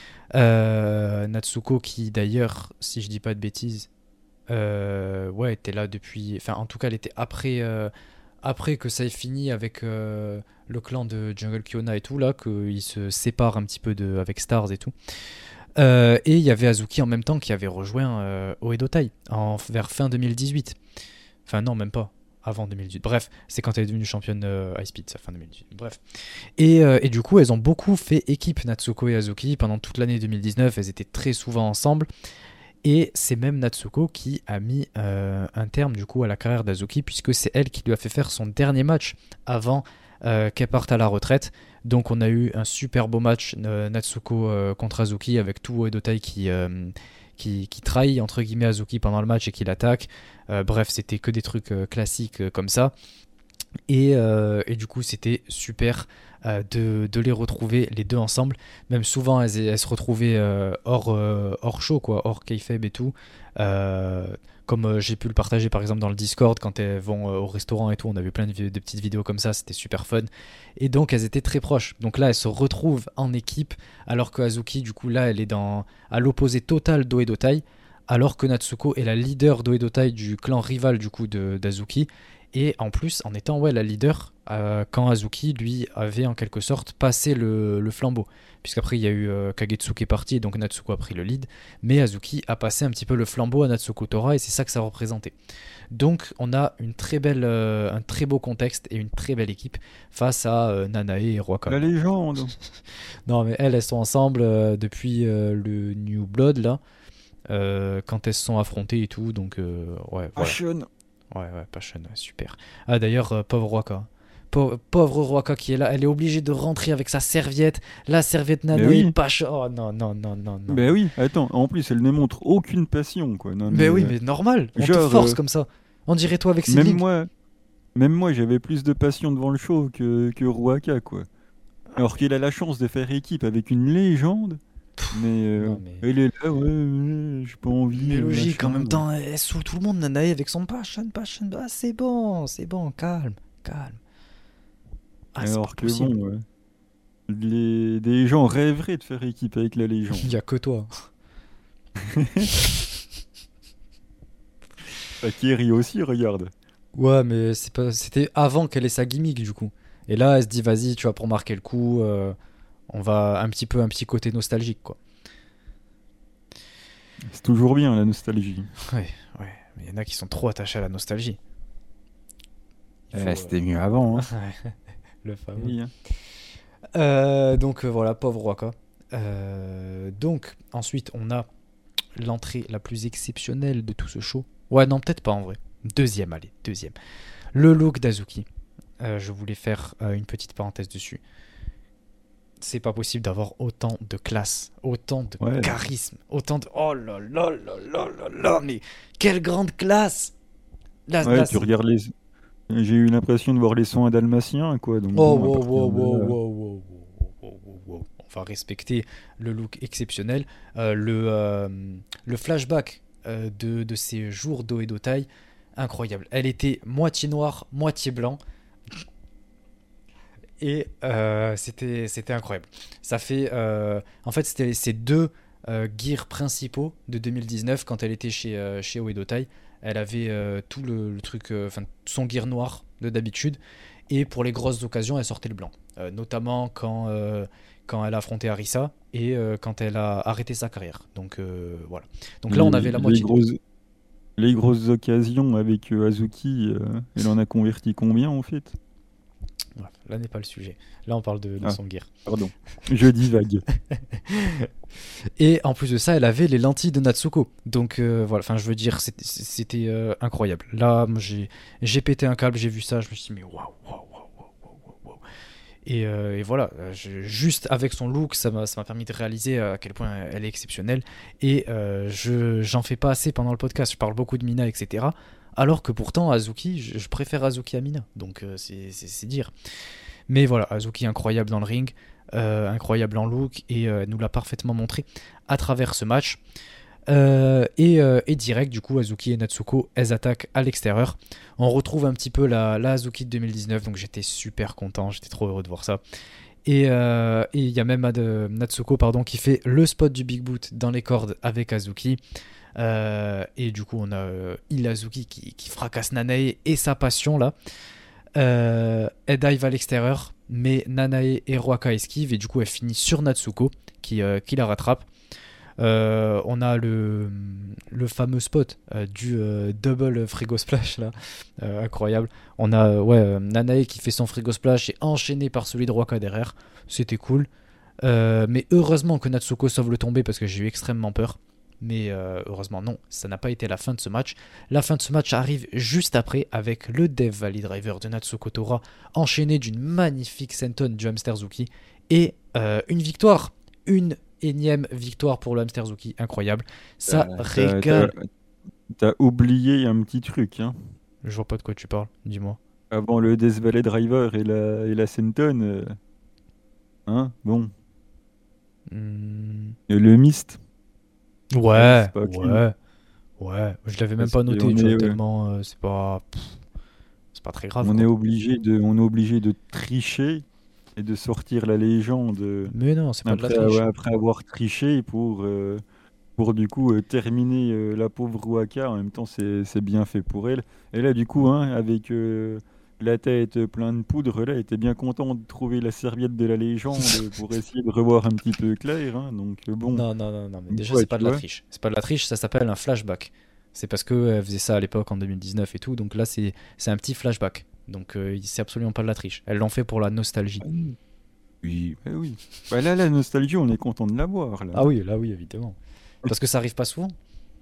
Euh, Natsuko, qui d'ailleurs, si je dis pas de bêtises, euh, ouais, était là depuis. Enfin, en tout cas, elle était après, euh, après que ça ait fini avec euh, le clan de Jungle Kyona et tout, là, qu'ils se séparent un petit peu de, avec Stars et tout. Euh, et il y avait Azuki en même temps qui avait rejoint euh, Oedotai en, vers fin deux mille dix-huit. Enfin, non, même pas. Avant deux mille dix-huit. Bref, c'est quand elle est devenue championne euh, High Speed, ça, fin deux mille dix-huit. Bref. Et, euh, et du coup, elles ont beaucoup fait équipe, Natsuko et Azuki. Pendant toute l'année deux mille dix-neuf, elles étaient très souvent ensemble. Et c'est même Natsuko qui a mis euh, un terme du coup à la carrière d'Azuki, puisque c'est elle qui lui a fait faire son dernier match avant euh, qu'elle parte à la retraite. Donc on a eu un super beau match euh, Natsuko euh, contre Azuki avec tout Oedotai qui, euh, qui, qui trahit entre guillemets Azuki pendant le match et qui l'attaque. Euh, bref, c'était que des trucs euh, classiques euh, comme ça. Et, euh, et du coup, c'était super euh, de, de les retrouver les deux ensemble. Même souvent, elles, elles se retrouvaient euh, hors, euh, hors show, quoi, hors kayfabe et tout. Euh, comme euh, j'ai pu le partager par exemple dans le Discord quand elles vont euh, au restaurant et tout, on a vu plein de, vi- de petites vidéos comme ça, c'était super fun. Et donc elles étaient très proches. Donc là, elles se retrouvent en équipe, alors que Azuki, du coup, là, elle est dans, à l'opposé total d'Oedotai, alors que Natsuko est la leader d'Oedotai du clan rival du coup de d'Azuki. Et en plus, en étant ouais, la leader, euh, quand Azuki, lui, avait en quelque sorte passé le, le flambeau. Puisqu'après, il y a eu euh, Kagetsu qui est parti, donc Natsuko a pris le lead. Mais Azuki a passé un petit peu le flambeau à Natsuko Tora, et c'est ça que ça représentait. Donc, on a une très belle, euh, un très beau contexte et une très belle équipe face à euh, Nanae et Ruaka. La légende. Non, mais elles, elles sont ensemble euh, depuis euh, le New Blood, là, euh, quand elles se sont affrontées et tout. Donc, euh, ouais, voilà. Passion. Ouais, ouais, Passion, ouais, super. Ah, d'ailleurs, euh, pauvre Ruaka. Pauvre, pauvre Ruaka qui est là, elle est obligée de rentrer avec sa serviette. La serviette Nanae, oui. Passion. Oh non, non, non, non, non. Ben oui, attends, en plus elle ne montre aucune passion, quoi. Non, Mais oui, euh, mais normal, on genre, te force euh, comme ça. On dirait toi avec même Sidling. moi, même moi j'avais plus de passion devant le show que, que Ruaka, quoi. Alors qu'il a la chance de faire équipe avec une légende, mais, euh, Non, mais... elle est là, ouais, ouais, j'ai pas envie. mais euh, logique, en machin, même ouais. temps, elle saoule tout le monde, Nanae, avec son Passion, Passion. Ah, c'est bon, c'est bon, calme, calme. Ah, c'est pas Alors que possible. bon, ouais, les... des gens rêveraient de faire équipe avec la légende. Il y a que toi. Akiri aussi, regarde. Ouais, mais c'est pas... c'était avant qu'elle ait sa gimmick, du coup. Et là, elle se dit, vas-y, tu vois, pour marquer le coup, euh, on va un petit peu, un petit côté nostalgique, quoi. C'est toujours bien la nostalgie. Ouais, ouais. Mais il y en a qui sont trop attachés à la nostalgie. Il faut, Eh, c'était mieux avant, hein. euh, le fameux. Oui, hein. Euh, donc euh, voilà, pauvre Waka. Euh, donc ensuite on a l'entrée la plus exceptionnelle de tout ce show. Ouais, non, peut-être pas en vrai. Deuxième, allez, deuxième. Le look d'Hazuki. Euh, je voulais faire euh, une petite parenthèse dessus. C'est pas possible d'avoir autant de classe, autant de Ouais. charisme, autant de... Oh là là là là là là, mais quelle grande classe. Là, Ouais, là, tu c'est- regardes les. J'ai eu l'impression de voir les sons dalmatiens, quoi. Donc Oh, bon, à wow, partir wow, de wow, là- wow, wow, wow, wow, wow, wow. On va respecter le look exceptionnel. Euh, le, euh, le flashback euh, de, de ces jours d'eau et d'Otai, incroyable. Elle était moitié noire, moitié blanc. Et euh, c'était, c'était incroyable. Ça fait... euh, en fait, c'était ces deux euh, gears principaux de deux mille dix-neuf quand elle était chez, euh, chez Oedotai. Elle avait euh, tout le, le truc... euh, Enfin, son gear noir de d'habitude. Et pour les grosses occasions, elle sortait le blanc. Euh, notamment quand, euh, quand elle a affronté Arisa et euh, quand elle a arrêté sa carrière. Donc euh, voilà. Donc là, on les, avait la les moitié des deux. grosses, les grosses occasions avec euh, Azuki, euh, elle en a converti combien en fait? Voilà, là n'est pas le sujet. Là, on parle de, de Ah. son gear. Pardon, je divague. Et en plus de ça, elle avait les lentilles de Natsuko. Donc euh, voilà, enfin je veux dire, c'était, c'était euh, incroyable. Là, moi, j'ai, j'ai pété un câble, j'ai vu ça, je me suis dit, mais waouh, waouh, waouh, waouh, waouh, waouh. Et, euh, et voilà, je- juste avec son look, ça m'a, ça m'a permis de réaliser à quel point elle est exceptionnelle. Et euh, je, j'en fais pas assez pendant le podcast, je parle beaucoup de Mina, et cetera. Alors que pourtant, Azuki, je, je préfère Azuki à Mina. Donc euh, c'est, c'est, c'est dire. Mais voilà, Azuki incroyable dans le ring, euh, incroyable en look, et euh, elle nous l'a parfaitement montré à travers ce match. Euh, et, euh, et direct, du coup, Azuki et Natsuko, elles attaquent à l'extérieur. On retrouve un petit peu la, la Azuki de deux mille dix-neuf, donc j'étais super content, j'étais trop heureux de voir ça. Et euh, et il y a même Ad- Natsuko pardon, qui fait le spot du Big Boot dans les cordes avec Azuki. Euh, et du coup, on a euh, Il Azuki qui, qui fracasse Nanae et sa passion là. Euh, elle dive à l'extérieur, mais Nanae et Ruaka esquivent et du coup elle finit sur Natsuko qui, euh, qui la rattrape. Euh, on a le, le fameux spot euh, du euh, double frigo splash là, Euh, incroyable. On a euh, ouais, euh, Nanae qui fait son frigo splash et enchaîné par celui de Ruaka derrière. C'était cool. Euh, mais heureusement que Natsuko sauve le tombé parce que j'ai eu extrêmement peur. Mais euh, heureusement non, ça n'a pas été la fin de ce match. La fin de ce match arrive juste après avec le Dev Valley Driver de Natsuko Tora enchaîné d'une magnifique senton du Hamster Zuki et euh, une victoire, une énième victoire pour le Hamster Zuki, incroyable. Ça T'as- régale. T'as t'as oublié un petit truc, hein. Je vois pas de quoi tu parles, dis-moi. Avant le Death Valley Driver et la, et la Senton, euh, hein, bon, Hmm. et le Mist. Ouais, c'est pas clean. ouais, ouais. Je l'avais même Parce pas que noté, on tu est, vois, ouais, tellement euh, c'est pas, pff, c'est pas très grave. on Quoi. est obligé de, on est obligé de tricher et de sortir la légende euh, Mais non, c'est pas de la après, triche. ouais, après avoir triché pour, euh, pour du coup euh, terminer euh, la pauvre Ruaka. En même temps, c'est c'est bien fait pour elle. Et là, du coup, hein, avec euh, la tête pleine de poudre, là, elle était bien content de trouver la serviette de la légende pour essayer de revoir un petit peu clair. Hein. Donc euh, bon, Non, non, non, non, mais donc, déjà, ouais, c'est pas tu de la vois. triche. C'est pas de la triche, ça s'appelle un flashback. C'est parce qu'elle faisait ça à l'époque en deux mille dix-neuf et tout, donc là, c'est c'est un petit flashback. Donc, euh, c'est absolument pas de la triche. Elles l'ont fait pour la nostalgie. Ah oui, oui, bah oui. Bah là, la nostalgie, on est content de l'avoir là. Ah oui, là, oui, évidemment. Parce que ça arrive pas souvent.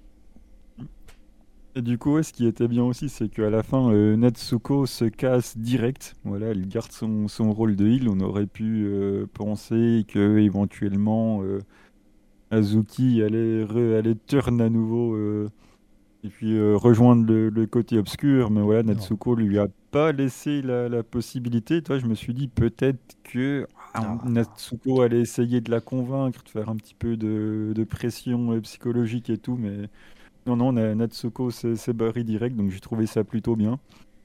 Et du coup, ouais, ce qui était bien aussi, c'est qu'à la fin, euh, Natsuko se casse direct. Voilà, elle garde son, son rôle de heal. On aurait pu euh, penser que éventuellement euh, Azuki allait, re- allait turn à nouveau euh, et puis euh, rejoindre le, le côté obscur. Mais voilà, Non. Natsuko lui a pas laissé la, la possibilité. Toi, je me suis dit peut-être que ah, Non, non. Natsuko allait essayer de la convaincre, de faire un petit peu de, de pression euh, psychologique et tout, mais non, non, Na- Natsuko s'est s'est barré direct, donc j'ai trouvé ça plutôt bien.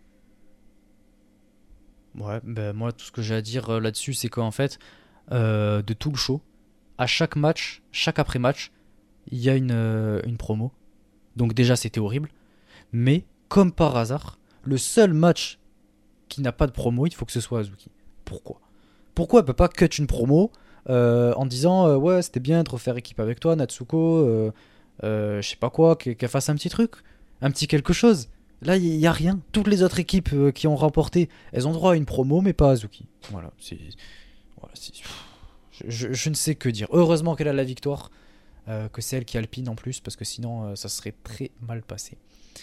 Ouais, ben moi, tout ce que j'ai à dire euh, là-dessus, c'est qu'en fait, euh, de tout le show, à chaque match, chaque après-match, il y a une, euh, une promo. Donc déjà, c'était horrible. Mais, comme par hasard, le seul match qui n'a pas de promo, il faut que ce soit Azuki. Pourquoi Pourquoi elle peut pas cut une promo euh, en disant euh, ouais, c'était bien de refaire équipe avec toi, Natsuko, euh, euh, je sais pas quoi, qu'elle qu'elle fasse un petit truc, un petit quelque chose. Là, il y, y a rien. Toutes les autres équipes euh, qui ont remporté, elles ont droit à une promo, mais pas Azuki. Voilà, c'est. Voilà, c'est- je, je- je ne sais que dire. Heureusement qu'elle a la victoire. euh, que celle qui alpine en plus, parce que sinon euh, ça serait très mal passé.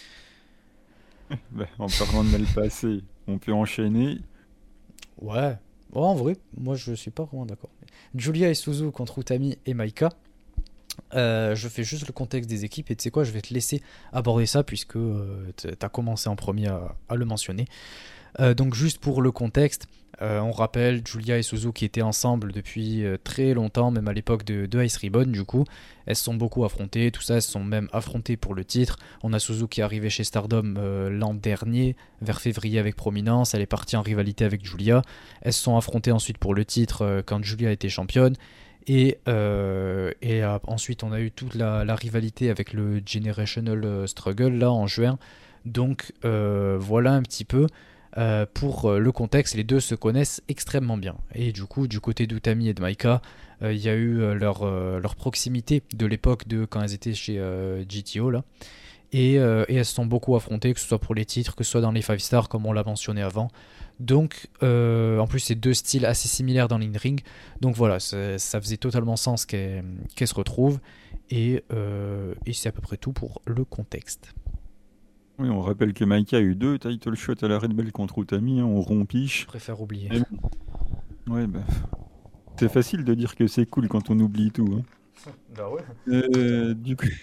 Bah, en parlant de mal passé, on peut enchaîner. Ouais, oh, en vrai, moi je suis pas vraiment d'accord. Julia et Suzu contre Utami et Maika. Euh, je fais juste le contexte des équipes et tu sais quoi, je vais te laisser aborder ça puisque euh, t'as commencé en premier à, à le mentionner. Euh, donc juste pour le contexte, euh, on rappelle Julia et Suzu qui étaient ensemble depuis euh, très longtemps, même à l'époque de, de Ice Ribbon du coup. Elles se sont beaucoup affrontées, tout ça, elles se sont même affrontées pour le titre. On a Suzu qui est arrivée chez Stardom euh, l'an dernier, vers février avec Prominence, elle est partie en rivalité avec Julia. Elles se sont affrontées ensuite pour le titre euh, quand Julia était championne. Et, euh, et euh, ensuite on a eu toute la, la rivalité avec le Generational euh, Struggle là en juin. Donc euh, voilà un petit peu. Euh, pour euh, le contexte, les deux se connaissent extrêmement bien. Et du coup, du côté d'Utami et de Maika, euh, il y a eu euh, leur, euh, leur proximité de l'époque de quand elles étaient chez euh, G T O là. Et, euh, et elles se sont beaucoup affrontées, que ce soit pour les titres, que ce soit dans les five stars comme on l'a mentionné avant. Donc, euh, en plus, c'est deux styles assez similaires dans l'in-ring. Donc voilà, ça, ça faisait totalement sens qu'elles qu'elles se retrouvent. Et, euh, et c'est à peu près tout pour le contexte. Oui, on rappelle que Maika a eu deux title shots à la Red Bell contre Utami, hein, on Je rompiche. préfère oublier. Mais bon, ouais, bah, c'est facile de dire que c'est cool quand on oublie tout. Hein. Bah ouais. Euh, du coup,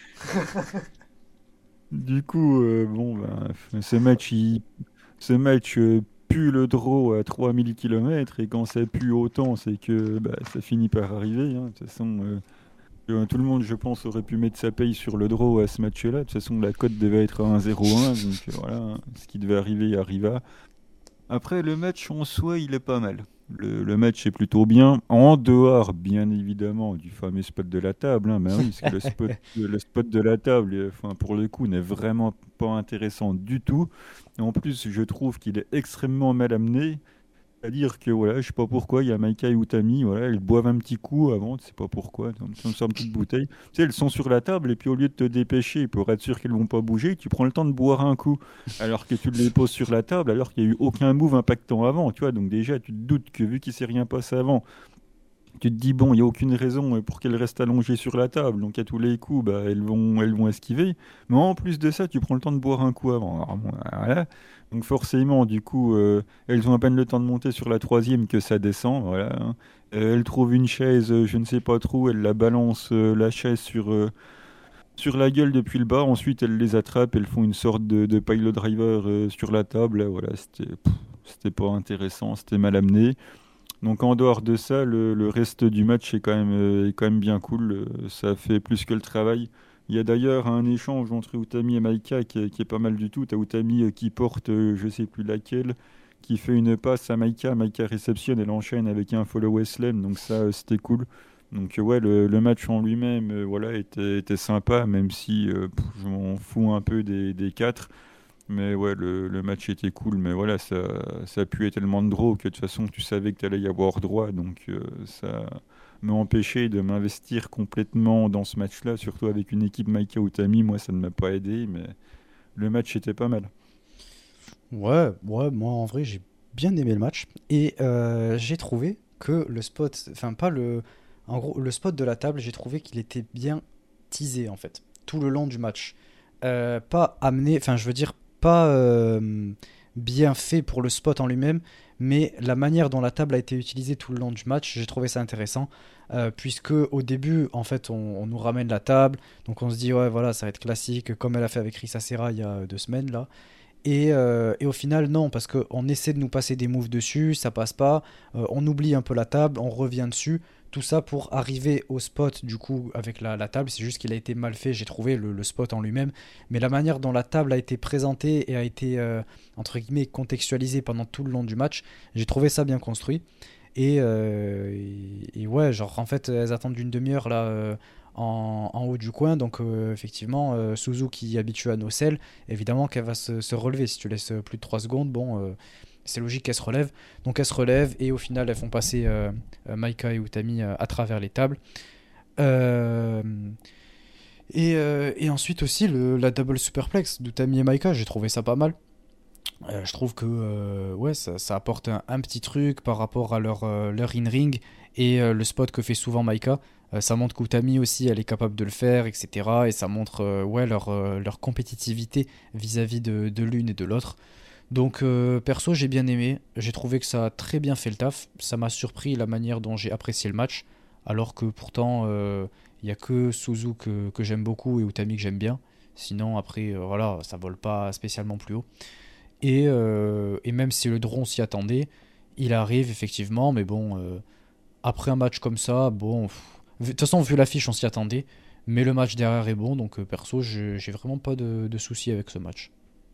du coup euh, bon, bah, ce match, il- ce match euh, pue le draw à trois mille kilomètres et quand ça pue autant, c'est que bah, ça finit par arriver. Hein. De toute façon, euh, euh, tout le monde, je pense, aurait pu mettre sa paye sur le draw à ce match-là. De toute façon, la cote devait être à un zéro un, donc euh, voilà, hein, ce qui devait arriver arriva. Après, le match en soi, il est pas mal. Le, le match est plutôt bien, en dehors, bien évidemment, du fameux spot de la table. Hein. Ben oui, parce que le spot, le spot de la table, euh, enfin, pour le coup, n'est vraiment pas intéressant du tout. Et en plus, je trouve qu'il est extrêmement mal amené. C'est-à-dire que, voilà, je sais pas pourquoi, il y a Maika et Utami, voilà, elles boivent un petit coup avant, tu sais pas pourquoi, comme ça, sur une petite bouteille. Tu sais, elles sont sur la table, et puis au lieu de te dépêcher pour être sûr qu'elles vont pas bouger, tu prends le temps de boire un coup, alors que tu les poses sur la table, alors qu'il n'y a eu aucun move impactant avant, tu vois. Donc déjà, tu te doutes que vu qu'il s'est rien passé avant, tu te dis, bon, il n'y a aucune raison pour qu'elles restent allongées sur la table, donc à tous les coups, bah, elles vont, elles vont esquiver. Mais en plus de ça, tu prends le temps de boire un coup avant. Alors, bon, voilà. Donc forcément, du coup, euh, elles ont à peine le temps de monter sur la troisième que ça descend. Voilà, hein. Euh, elles trouvent une chaise, euh, je ne sais pas trop, elles la balancent euh, la chaise sur, euh, sur la gueule depuis le bas. Ensuite, elles les attrapent, elles font une sorte de, de pile driver euh, sur la table. Là, voilà, c'était, pff, c'était pas intéressant, c'était mal amené. Donc en dehors de ça, le, le reste du match est quand même, euh, est quand même bien cool. Euh, ça fait plus que le travail. Il y a d'ailleurs un échange entre Utami et Maika qui est, qui est pas mal du tout. T'as Utami euh, qui porte, euh, je sais plus laquelle, qui fait une passe à Maika. Maika réceptionne, elle enchaîne avec un follow slam. Donc ça, euh, c'était cool. Donc euh, ouais, le, le match en lui-même, euh, voilà, était, était sympa, même si euh, pff, je m'en fous un peu des, des quatre. Mais ouais, le, le match était cool, mais voilà, ça, ça puait tellement de draw que de toute façon, tu savais que tu allais y avoir droit, donc euh, ça m'a empêché de m'investir complètement dans ce match-là, surtout avec une équipe Maika Utami, moi ça ne m'a pas aidé, mais le match était pas mal. Ouais, ouais, moi en vrai j'ai bien aimé le match et euh, j'ai trouvé que le spot, enfin pas le, en gros le spot de la table, j'ai trouvé qu'il était bien teasé en fait tout le long du match. Euh, pas amené, enfin je veux dire pas euh, bien fait pour le spot en lui-même, mais la manière dont la table a été utilisée tout le long du match, j'ai trouvé ça intéressant. Euh, puisque au début en fait on, on nous ramène la table, donc on se dit ouais voilà ça va être classique comme elle a fait avec Risa Serra il y a deux semaines là. Et, euh, et au final, non, parce qu'on essaie de nous passer des moves dessus, ça passe pas, euh, on oublie un peu la table, on revient dessus, tout ça pour arriver au spot du coup avec la, la table, c'est juste qu'il a été mal fait, j'ai trouvé le, le spot en lui-même, mais la manière dont la table a été présentée et a été, euh, entre guillemets, contextualisée pendant tout le long du match, j'ai trouvé ça bien construit. Et, euh, et, et ouais, genre en fait, elles attendent une demi-heure là euh, en, en haut du coin. Donc euh, effectivement, euh, Suzu qui est habitué à nos selles, évidemment qu'elle va se, se relever. Si tu laisses plus de trois secondes, bon, euh, c'est logique qu'elle se relève. Donc elle se relève et au final, elles font passer euh, euh, Maika et Utami euh, à travers les tables. Euh, et, euh, et ensuite aussi le, la double superplex d'Utami et Maika, j'ai trouvé ça pas mal. Euh, je trouve que euh, ouais, ça, ça apporte un, un petit truc par rapport à leur, euh, leur in-ring et euh, le spot que fait souvent Maika. Euh, ça montre qu'Utami aussi, elle est capable de le faire, et cetera. Et ça montre euh, ouais, leur, euh, leur compétitivité vis-à-vis de, de l'une et de l'autre. Donc euh, perso, j'ai bien aimé. J'ai trouvé que ça a très bien fait le taf. Ça m'a surpris la manière dont j'ai apprécié le match. Alors que pourtant, euh, il n'y a que Suzu que, que j'aime beaucoup et Utami que j'aime bien. Sinon, après, euh, voilà, ça vole pas spécialement plus haut. Et, euh, et même si le Dron s'y attendait, il arrive effectivement, mais bon, euh, après un match comme ça, bon, pff, de toute façon, vu l'affiche, on s'y attendait, mais le match derrière est bon, donc euh, perso, je- j'ai vraiment pas de, de soucis avec ce match.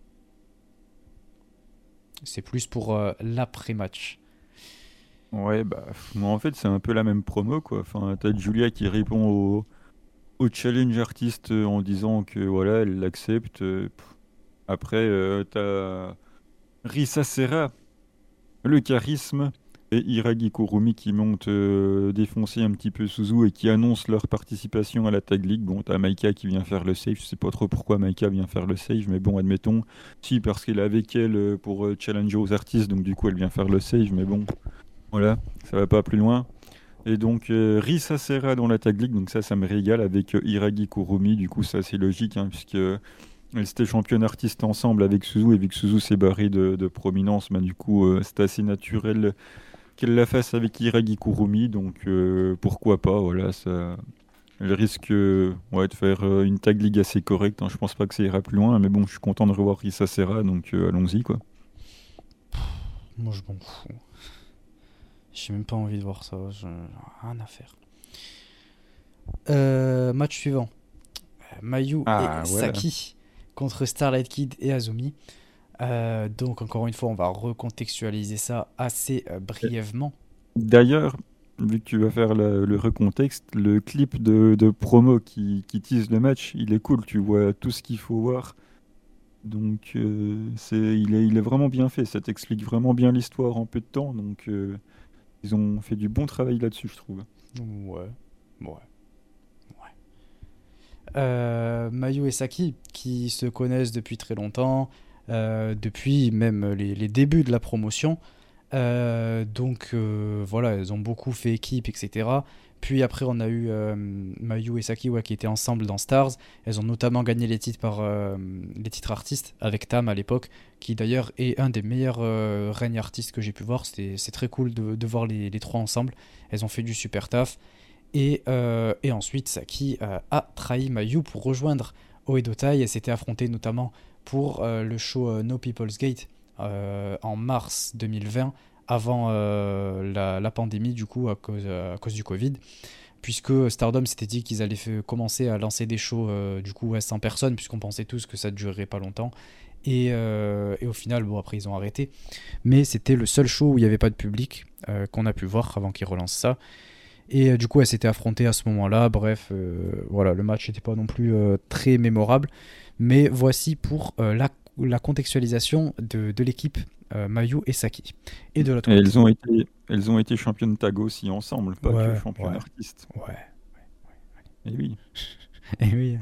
C'est plus pour euh, l'après-match. Ouais, bah, pff, moi en fait, c'est un peu la même promo, quoi. Enfin, t'as Julia qui répond au, au challenge artiste euh, en disant que voilà, elle l'accepte. euh, pff. Après, euh, t'as Risa Serra, le charisme, et Hiragi Kurumi qui monte euh, défoncer un petit peu Suzu et qui annonce leur participation à la Tag League. Bon, t'as Maika qui vient faire le save. Je sais pas trop pourquoi Maika vient faire le save, mais bon, admettons. Si, parce qu'elle est avec elle euh, pour euh, challenger aux artistes, donc du coup, elle vient faire le save, mais bon. Voilà, ça va pas plus loin. Et donc, euh, Risa Serra dans la Tag League, donc ça, ça me régale avec euh, Hiragi Kurumi. Du coup, ça, c'est logique, hein, puisque euh, elles étaient championnes artistes ensemble avec Suzu, et vu que Suzu s'est barré de, de prominence, bah, du coup, euh, c'est assez naturel qu'elle la fasse avec Hiragi Kurumi. Donc, euh, pourquoi pas, voilà, ça. Elle risque euh, ouais, de faire euh, une Tag League assez correcte, hein. Je pense pas que ça ira plus loin, mais bon, je suis content de revoir Risa Serra, donc euh, allons-y, quoi. Moi, je m'en fous. J'ai même pas envie de voir ça, je... rien à faire. Euh, match suivant. Mayu et Ah, voilà. Saki contre Starlight Kid et Azumi. Euh, donc encore une fois, on va recontextualiser ça assez euh, brièvement. D'ailleurs, vu que tu vas faire le, le recontexte, le clip de, de promo qui, qui tease le match, il est cool, tu vois tout ce qu'il faut voir. Donc, euh, c'est, il est, il est vraiment bien fait, ça t'explique vraiment bien l'histoire en peu de temps. Donc, euh, ils ont fait du bon travail là-dessus, je trouve. Ouais, ouais, ouais. Euh, Mayu et Saki, qui se connaissent depuis très longtemps, euh, depuis même les, les débuts de la promotion. Euh, donc euh, voilà, elles ont beaucoup fait équipe, et cetera. Puis après, on a eu euh, Mayu et Saki ouais, qui étaient ensemble dans Stars. Elles ont notamment gagné les titres par euh, les titres artistes avec Tam à l'époque, qui d'ailleurs est un des meilleurs euh, règnes artistes que j'ai pu voir. C'était, c'est très cool de, de voir les, les trois ensemble. Elles ont fait du super taf. Et, euh, et ensuite, Saki euh, a trahi Mayu pour rejoindre Oedotai. Elle s'était affrontée notamment pour euh, le show euh, No People's Gate euh, en mars deux mille vingt, avant euh, la, la pandémie, du coup, à cause, à cause du Covid. Puisque Stardom s'était dit qu'ils allaient fait- commencer à lancer des shows euh, du coup à cent personnes, puisqu'on pensait tous que ça ne durerait pas longtemps. Et, euh, et au final, bon, après, ils ont arrêté. Mais c'était le seul show où il n'y avait pas de public euh, qu'on a pu voir avant qu'ils relancent ça. Et euh, du coup, elle s'était affrontée à ce moment-là. Bref, euh, voilà, le match n'était pas non plus euh, très mémorable. Mais voici pour euh, la, la contextualisation de, de l'équipe euh, Mayu et Saki. Et de l'autre Et côté. elles ont été, elles ont été championnes tag aussi ensemble, pas que Ouais, championnes ouais, artistes. ouais. Et oui. Et oui.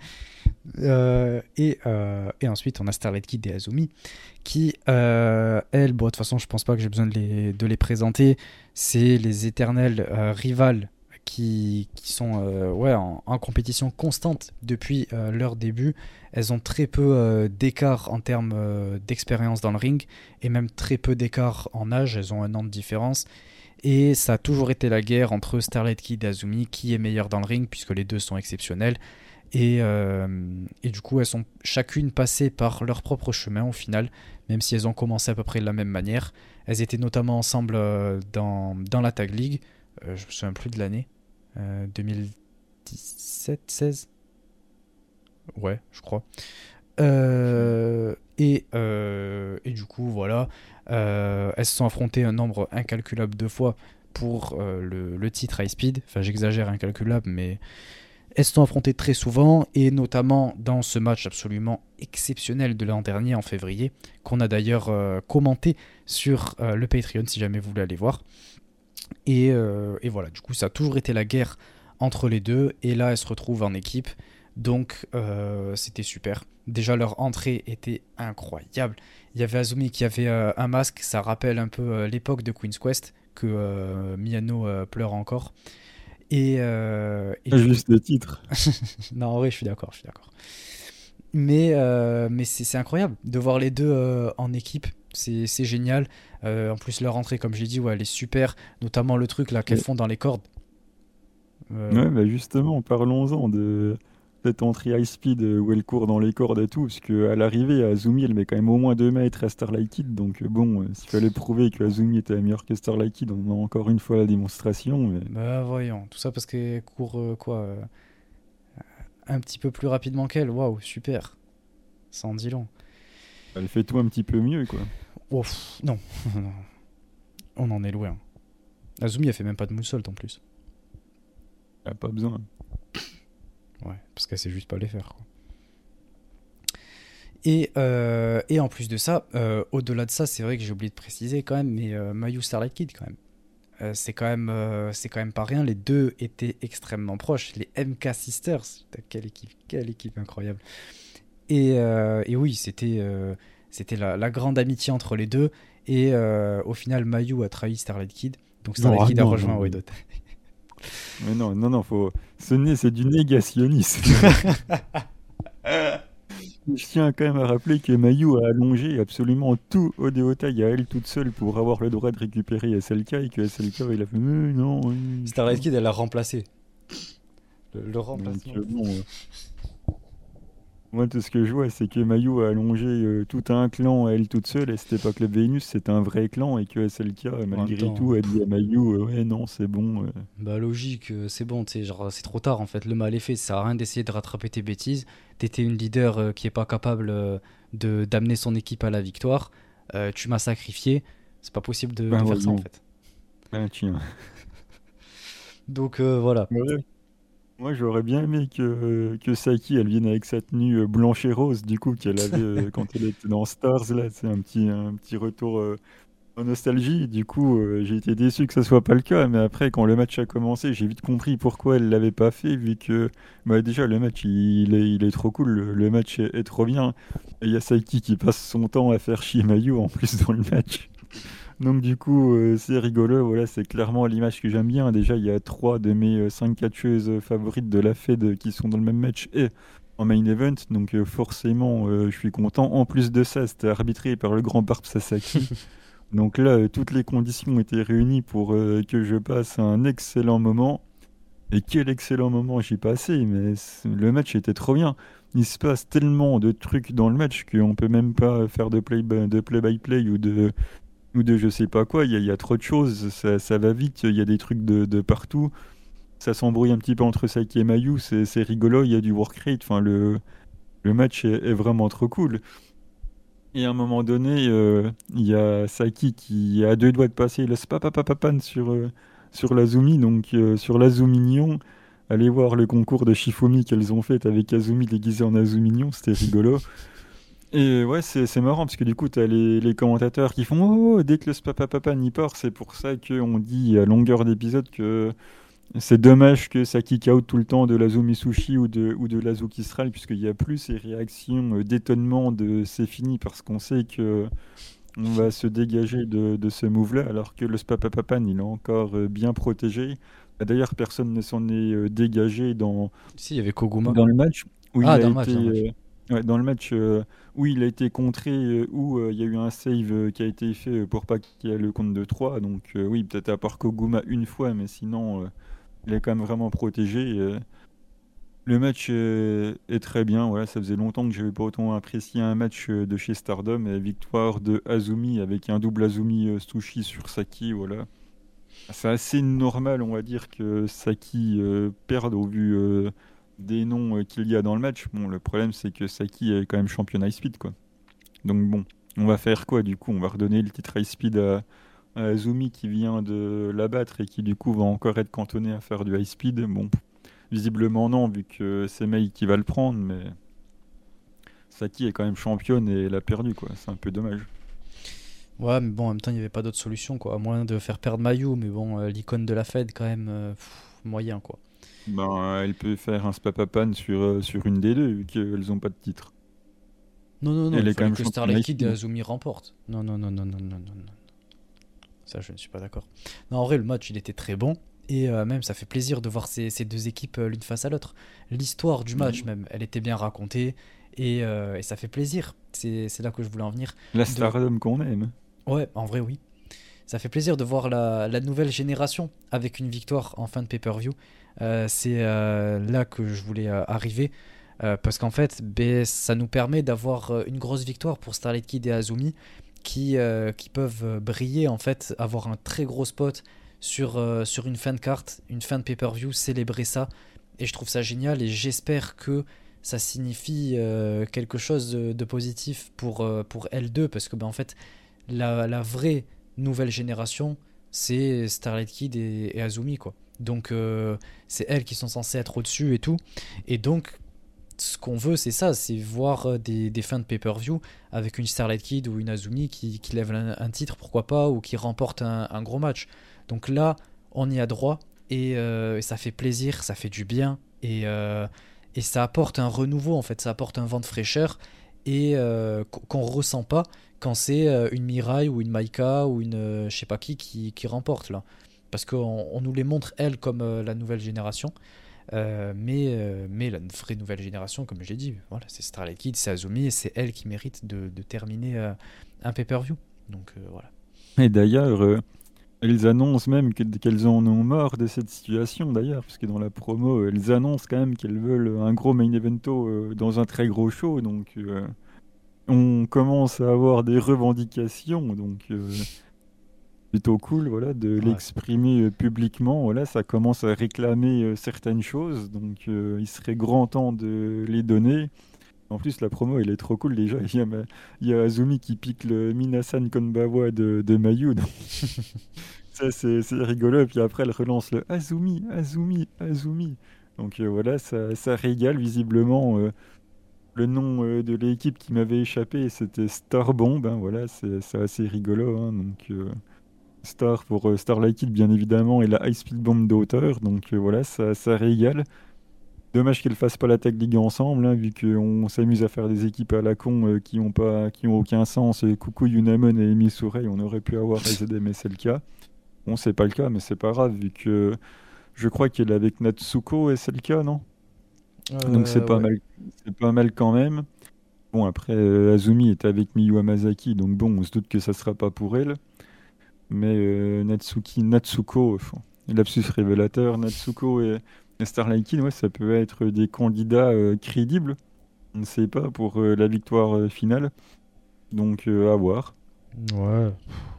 Euh, et, euh, et ensuite, on a Starlight Kid et Azumi qui, euh, elles, bon, de toute façon, je pense pas que j'ai besoin de les, de les présenter. C'est les éternelles euh, rivales qui, qui sont euh, ouais, en, en compétition constante depuis euh, leur début. Elles ont très peu euh, d'écart en termes euh, d'expérience dans le ring et même très peu d'écart en âge. Elles ont un an de différence. Et ça a toujours été la guerre entre Starlight Kid et Azumi, qui est meilleur dans le ring, puisque les deux sont exceptionnels. Et, euh, et du coup, elles sont chacune passées par leur propre chemin au final, même si elles ont commencé à peu près de la même manière. Elles étaient notamment ensemble euh, dans, dans la Tag League, euh, je me souviens plus de l'année, euh, deux mille dix-sept seize. Ouais, je crois. Euh, et, euh, et du coup, voilà, euh, elles se sont affrontées un nombre incalculable de fois pour euh, le, le titre High Speed. Enfin, j'exagère incalculable, mais elles se sont affrontées très souvent, et notamment dans ce match absolument exceptionnel de l'an dernier, en février, qu'on a d'ailleurs euh, commenté sur euh, le Patreon, si jamais vous voulez aller voir. Et, euh, et voilà, du coup, ça a toujours été la guerre entre les deux, et là, elles se retrouvent en équipe. Donc euh, c'était super. Déjà leur entrée était incroyable. Il y avait Azumi qui avait euh, un masque, ça rappelle un peu euh, l'époque de Queen's Quest que euh, Miyano euh, pleure encore. Et, euh, et du coup, Juste le titre. non, en vrai, je suis d'accord, je suis d'accord. Mais, euh, mais c'est, c'est incroyable de voir les deux euh, en équipe. C'est, c'est génial. Euh, en plus, leur entrée, comme j'ai dit, ouais, elle est super. Notamment le truc là qu'elles Ouais, font dans les cordes. Euh, ouais, bah justement, parlons-en de cette entrée high speed euh, où elle court dans les cordes et tout, parce qu'à l'arrivée, Azumi, elle met quand même au moins deux mètres à Starlight Kid, donc euh, bon, euh, s'il fallait prouver que Azumi était meilleure que Starlight Kid, on a encore une fois la démonstration, mais bah voyons. Tout ça parce qu'elle court euh, quoi euh, un petit peu plus rapidement qu'elle. Waouh, super. Ça en dit long. elle fait tout un petit peu mieux, quoi. Ouf, non. On en est loin. Azumi a fait même pas de moonsault en plus. Elle a pas besoin. Ouais, parce qu'elle sait juste pas les faire, quoi. Et, euh, et en plus de ça, euh, au-delà de ça, c'est vrai que j'ai oublié de préciser quand même, mais euh, Mayu Starlight Kid quand même. Euh, c'est quand même, euh, c'est quand même pas rien. Les deux étaient extrêmement proches. Les M K Sisters, putain, quelle équipe, quelle équipe incroyable. Et, euh, et oui, c'était, euh, c'était la, la grande amitié entre les deux. Et euh, au final, Mayu a trahi Starlight Kid. Donc Non, Starlight ah Kid a non, rejoint non, Wydot. mais non, non, non, faut... Ce nez, c'est du négationnisme. Je tiens quand même à rappeler que Mayu a allongé absolument tout Odeotai à elle toute seule pour avoir le droit de récupérer S L K et que S L K il a fait mais non, oui, tu Starlight vois. Kid, elle l'a remplacé. Le, le Donc remplacement. euh, bon, euh, moi tout ce que je vois c'est que Mayu a allongé euh, tout un clan à elle toute seule et c'était pas Club Vénus, c'était un vrai clan et que S L K euh, En même malgré temps, tout a dit à Mayu euh, ouais non c'est bon. euh. bah logique, euh, c'est bon, tu sais, genre c'est trop tard en fait, le mal est fait, ça sert à rien d'essayer de rattraper tes bêtises. T'étais une leader euh, qui est pas capable euh, de d'amener son équipe à la victoire. Euh, tu m'as sacrifié, c'est pas possible de, Ben de faire ça en voyons. fait. Ben tiens. Donc euh, voilà. Ouais. Moi, j'aurais bien aimé que, que Saki, elle vienne avec sa tenue euh, blanche et rose, du coup, qu'elle avait euh, quand elle était dans Stars, là, c'est un petit, un petit retour euh, en nostalgie. Du coup, euh, j'ai été déçu que ça soit pas le cas, mais après, quand le match a commencé, j'ai vite compris pourquoi elle l'avait pas fait, vu que, bah, déjà, le match, il, il est, il est trop cool, le, le match est, est trop bien. Et il y a Saki qui passe son temps à faire chier Mayu, en plus, dans le match. Donc du coup, euh, c'est rigolo, voilà, c'est clairement l'image que j'aime bien. Déjà, il y a trois de mes euh, cinq catcheuses favorites de la Fed qui sont dans le même match et en main event, donc euh, forcément, euh, je suis content. En plus de ça, c'était arbitré par le grand Barb Sasaki. Donc là, euh, toutes les conditions étaient réunies pour euh, que je passe un excellent moment. Et quel excellent moment j'y passais, mais c- le match était trop bien. Il se passe tellement de trucs dans le match qu'on peut même pas faire de play de play-by-play ou de ou de je sais pas quoi, il y, a il y a trop de choses, ça, ça va vite, il y a des trucs de, de partout, ça s'embrouille un petit peu entre Saki et Mayu, c'est c'est rigolo, il y a du work rate, enfin le, le match est, est vraiment trop cool. Et à un moment donné, euh, il y a Saki qui a deux doigts de passer le spapapapapan sur, euh, sur l'Azumi, donc euh, sur l'Azuminion. Allez voir le concours de Shifumi qu'elles ont fait avec Azumi déguisé en Azuminion, c'était rigolo. Et ouais, c'est c'est marrant parce que du coup, tu as les, les commentateurs qui font oh, dès que le Spapapapa n'y part, c'est pour ça qu'on dit à longueur d'épisode que c'est dommage que ça kick out tout le temps de l'Azumi Sushi ou de, ou de l'Azuki Stral, puisqu'il n'y a plus ces réactions euh, d'étonnement de c'est fini parce qu'on sait que on va se dégager de, de ce move-là, alors que le Spapapapan, il est encore euh, bien protégé. Bah, d'ailleurs, personne ne s'en est euh, dégagé dans, Si, il y avait Koguma. dans le match où il Ah, a dans le match, été dans le match. euh, ouais, dans le match euh, où il a été contré euh, où euh, il y a eu un save euh, qui a été fait euh, pour pas qu'il y ait le compte de trois donc euh, oui peut-être à part Koguma une fois mais sinon euh, il est quand même vraiment protégé euh. Le match euh, est très bien, voilà, ça faisait longtemps que j'avais pas autant apprécié un match euh, de chez Stardom et victoire de Azumi avec un double Azumi euh, Sushi sur Saki, voilà. C'est assez normal, on va dire, que Saki euh, perde au vu euh, des noms euh, qu'il y a dans le match. Bon, le problème, c'est que Saki est quand même champion high speed, quoi. Donc bon, on va faire quoi, du coup? On va redonner le titre high speed à, à Azumi qui vient de l'abattre et qui, du coup, va encore être cantonné à faire du high speed. Bon, visiblement non, vu que c'est Mei qui va le prendre, mais Saki est quand même championne et elle a perdu, quoi. C'est un peu dommage. Ouais, mais bon, en même temps, il n'y avait pas d'autre solution, quoi. À moins de faire perdre Mayu, mais bon, euh, l'icône de la Fed, quand même, euh, pff, moyen, quoi. Ben, elle peut faire un spapapan sur, euh, sur une des deux, vu qu'elles n'ont pas de titre. Non, non, non, Elle il est quand fallait même que championne Starlight Kid et I Q. Azumi remportent. Non, non, non, non, non, non, non, non. Ça, je ne suis pas d'accord. Non, en vrai, le match, il était très bon. Et euh, même, ça fait plaisir de voir ces, ces deux équipes euh, l'une face à l'autre. L'histoire du match, Oui. même, elle était bien racontée. Et, euh, et ça fait plaisir. C'est c'est là que je voulais en venir. La De... stardom qu'on aime. Ouais, en vrai, oui. Ça fait plaisir de voir la, la nouvelle génération avec une victoire en fin de pay-per-view. Euh, c'est euh, là que je voulais euh, arriver. Euh, parce qu'en fait, ben, ça nous permet d'avoir euh, une grosse victoire pour Starlight Kid et Azumi qui, euh, qui peuvent euh, briller, en fait, avoir un très gros spot sur, euh, sur une fin de carte, une fin de pay-per-view, célébrer ça. Et je trouve ça génial et j'espère que ça signifie euh, quelque chose de, de positif pour, euh, pour L deux parce que ben, en fait, la, la vraie nouvelle génération, c'est Starlight Kid et, et Azumi, quoi. Donc, euh, c'est elles qui sont censées être au-dessus et tout. Et donc, ce qu'on veut, c'est ça, c'est voir euh, des, des fins de pay-per-view avec une Starlight Kid ou une Azumi qui, qui lève un, un titre, pourquoi pas, ou qui remporte un, un gros match. Donc là, on y a droit et, euh, et ça fait plaisir, ça fait du bien et, euh, et ça apporte un renouveau en fait, ça apporte un vent de fraîcheur et euh, qu'on ressent pas quand c'est euh, une Mirai ou une Maika ou une euh, je sais pas qui, qui qui remporte là. Parce qu'on on nous les montre elles comme euh, la nouvelle génération. Euh, mais, euh, mais la vraie nouvelle génération, comme je l'ai dit, voilà, c'est Starlight Kid, c'est Azumi, et c'est elle qui mérite de, de terminer euh, un pay-per-view. Donc euh, voilà. Et d'ailleurs, euh, elles annoncent même que- qu'elles en ont marre de cette situation, d'ailleurs, parce que dans la promo, elles annoncent quand même qu'elles veulent un gros main evento euh, dans un très gros show. Donc, euh, on commence à avoir des revendications. Donc, euh, plutôt cool, voilà, de Ouais. l'exprimer euh, publiquement. Voilà, ça commence à réclamer euh, certaines choses. Donc, euh, il serait grand temps de les donner. En plus, la promo, elle est trop cool déjà. Il y a, ma- il y a Azumi qui pique le Minasan Konbawa de, de Mayu. Donc, ça, c'est c'est rigolo. Et puis après, elle relance le Azumi, Azumi, Azumi. Donc euh, voilà, ça, ça régale visiblement. Euh, le nom euh, de l'équipe qui m'avait échappé, c'était Starbomb. Ben voilà, c'est c'est assez rigolo, hein. Donc, euh, Star pour euh, Starlight Kid, bien évidemment, et la High Speed Bomb d'auteur. Donc euh, voilà, ça, ça régale. Dommage qu'elles fassent pas la Tag League ensemble, hein, vu qu'on s'amuse à faire des équipes à la con euh, qui ont pas, qui ont aucun sens. Euh, Coucou Yunamon et Emi Sourei, on aurait pu avoir S D M S L K. Bon, c'est pas le cas, mais c'est pas grave, vu que je crois qu'elle est avec Natsuko S L K, non? Donc c'est Euh, pas ouais. mal, c'est pas mal quand même. Bon, après, euh, Azumi est avec Miyu Hamasaki, donc bon, on se doute que ça sera pas pour elle. Mais euh, Natsuki, Natsuko, enfin, lapsus révélateur, Natsuko et, et Starlight Kid, ouais, ça peut être des candidats euh, crédibles, on ne sait pas, pour euh, la victoire euh, finale. Donc euh, à voir. Ouais.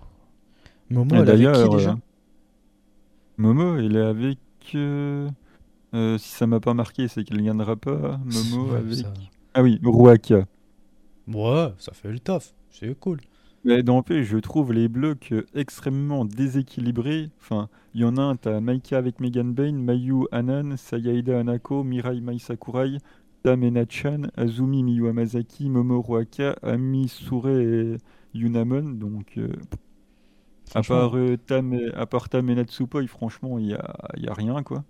Momo, Et elle est avec qui d'ailleurs, euh, déjà? Momo, il est avec... euh, euh, si ça m'a pas marqué, c'est qu'il ne gagnera pas. Momo Ouais, avec... ça. Ah oui, Ruaka. Ouais, ça fait le taf. C'est cool. Mais dans le fait, je trouve les blocs euh, extrêmement déséquilibrés. Enfin, il y en a un, t'as Maika avec Megan Bane, Mayu Hanan, Sayaida Hanako, Mirai Mai Sakurai, Tam et Natchan, Azumi Miyu Hamasaki, Momo Ruaka, Ami Sure et Yunamon. Donc, euh, à Franchement, part, euh, Tam et, à part Tam et Natsupoi, franchement, il y a, il y a rien, quoi.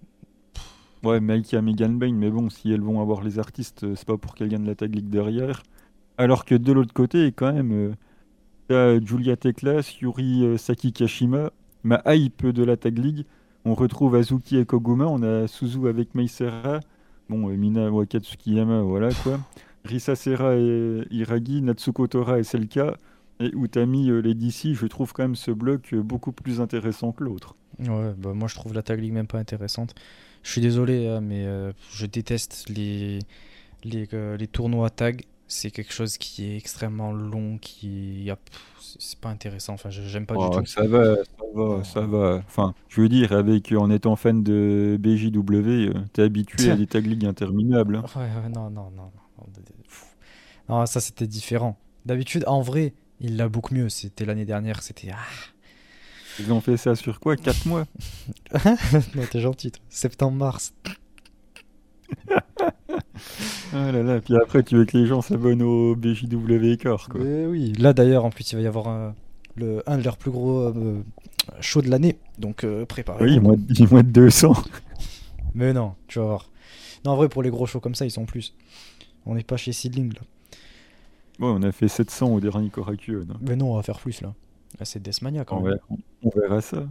Ouais, Maika, Megan Bane, mais bon, si elles vont avoir les artistes, euh, c'est pas pour qu'elles gagnent la Tag League derrière. Alors que de l'autre côté, quand même. euh, T'as Julia Teclas, Yuri euh, Saki Kashima, ma hype de la Tag League. On retrouve Azuki et Koguma, on a Suzu avec Meisera, bon, euh, Mina Wakatsukiyama, voilà quoi. Risa Sera et Iragi, Natsuko Tora et Selka, et Utami euh, les D C, je trouve quand même ce bloc euh, beaucoup plus intéressant que l'autre. ouais, bah moi je trouve la tag league même pas intéressante. Je suis désolé, hein, mais euh, je déteste les, les, euh, les tournois tag. C'est quelque chose qui est extrêmement long, qui y a- pff, c'est c'est pas intéressant. Enfin, je- j'aime pas du Oh, tout. ça va, ça va, Non. ça va. Enfin, je veux dire, avec, en étant fan de B J W, euh, t'es habitué à des Tag League interminables, hein. Ouais, ouais, non, non, non, non, non, pff. Non, ça c'était différent. D'habitude, en vrai, il l'a beaucoup mieux. C'était l'année dernière, c'était. Ah. Ils ont fait ça sur quoi? Quatre mois? Non, t'es gentil, toi. Septembre-mars. Ah là là, puis après, tu veux que les gens s'abonnent au B J W Car, quoi. Mais oui. Là d'ailleurs, en plus, il va y avoir un, le, un de leurs plus gros euh, shows de l'année. Donc euh, Oui, préparez-vous, quoi. moins de, moins de deux cents. Mais non, tu vas voir. Non, en vrai, pour les gros shows comme ça, ils sont plus. On n'est pas chez Seedling, là. Ouais, on a fait sept cents au dernier Korakuen. Mais non, on va faire plus, là. Là, c'est Deathmania, quand On même. verra, on verra ça.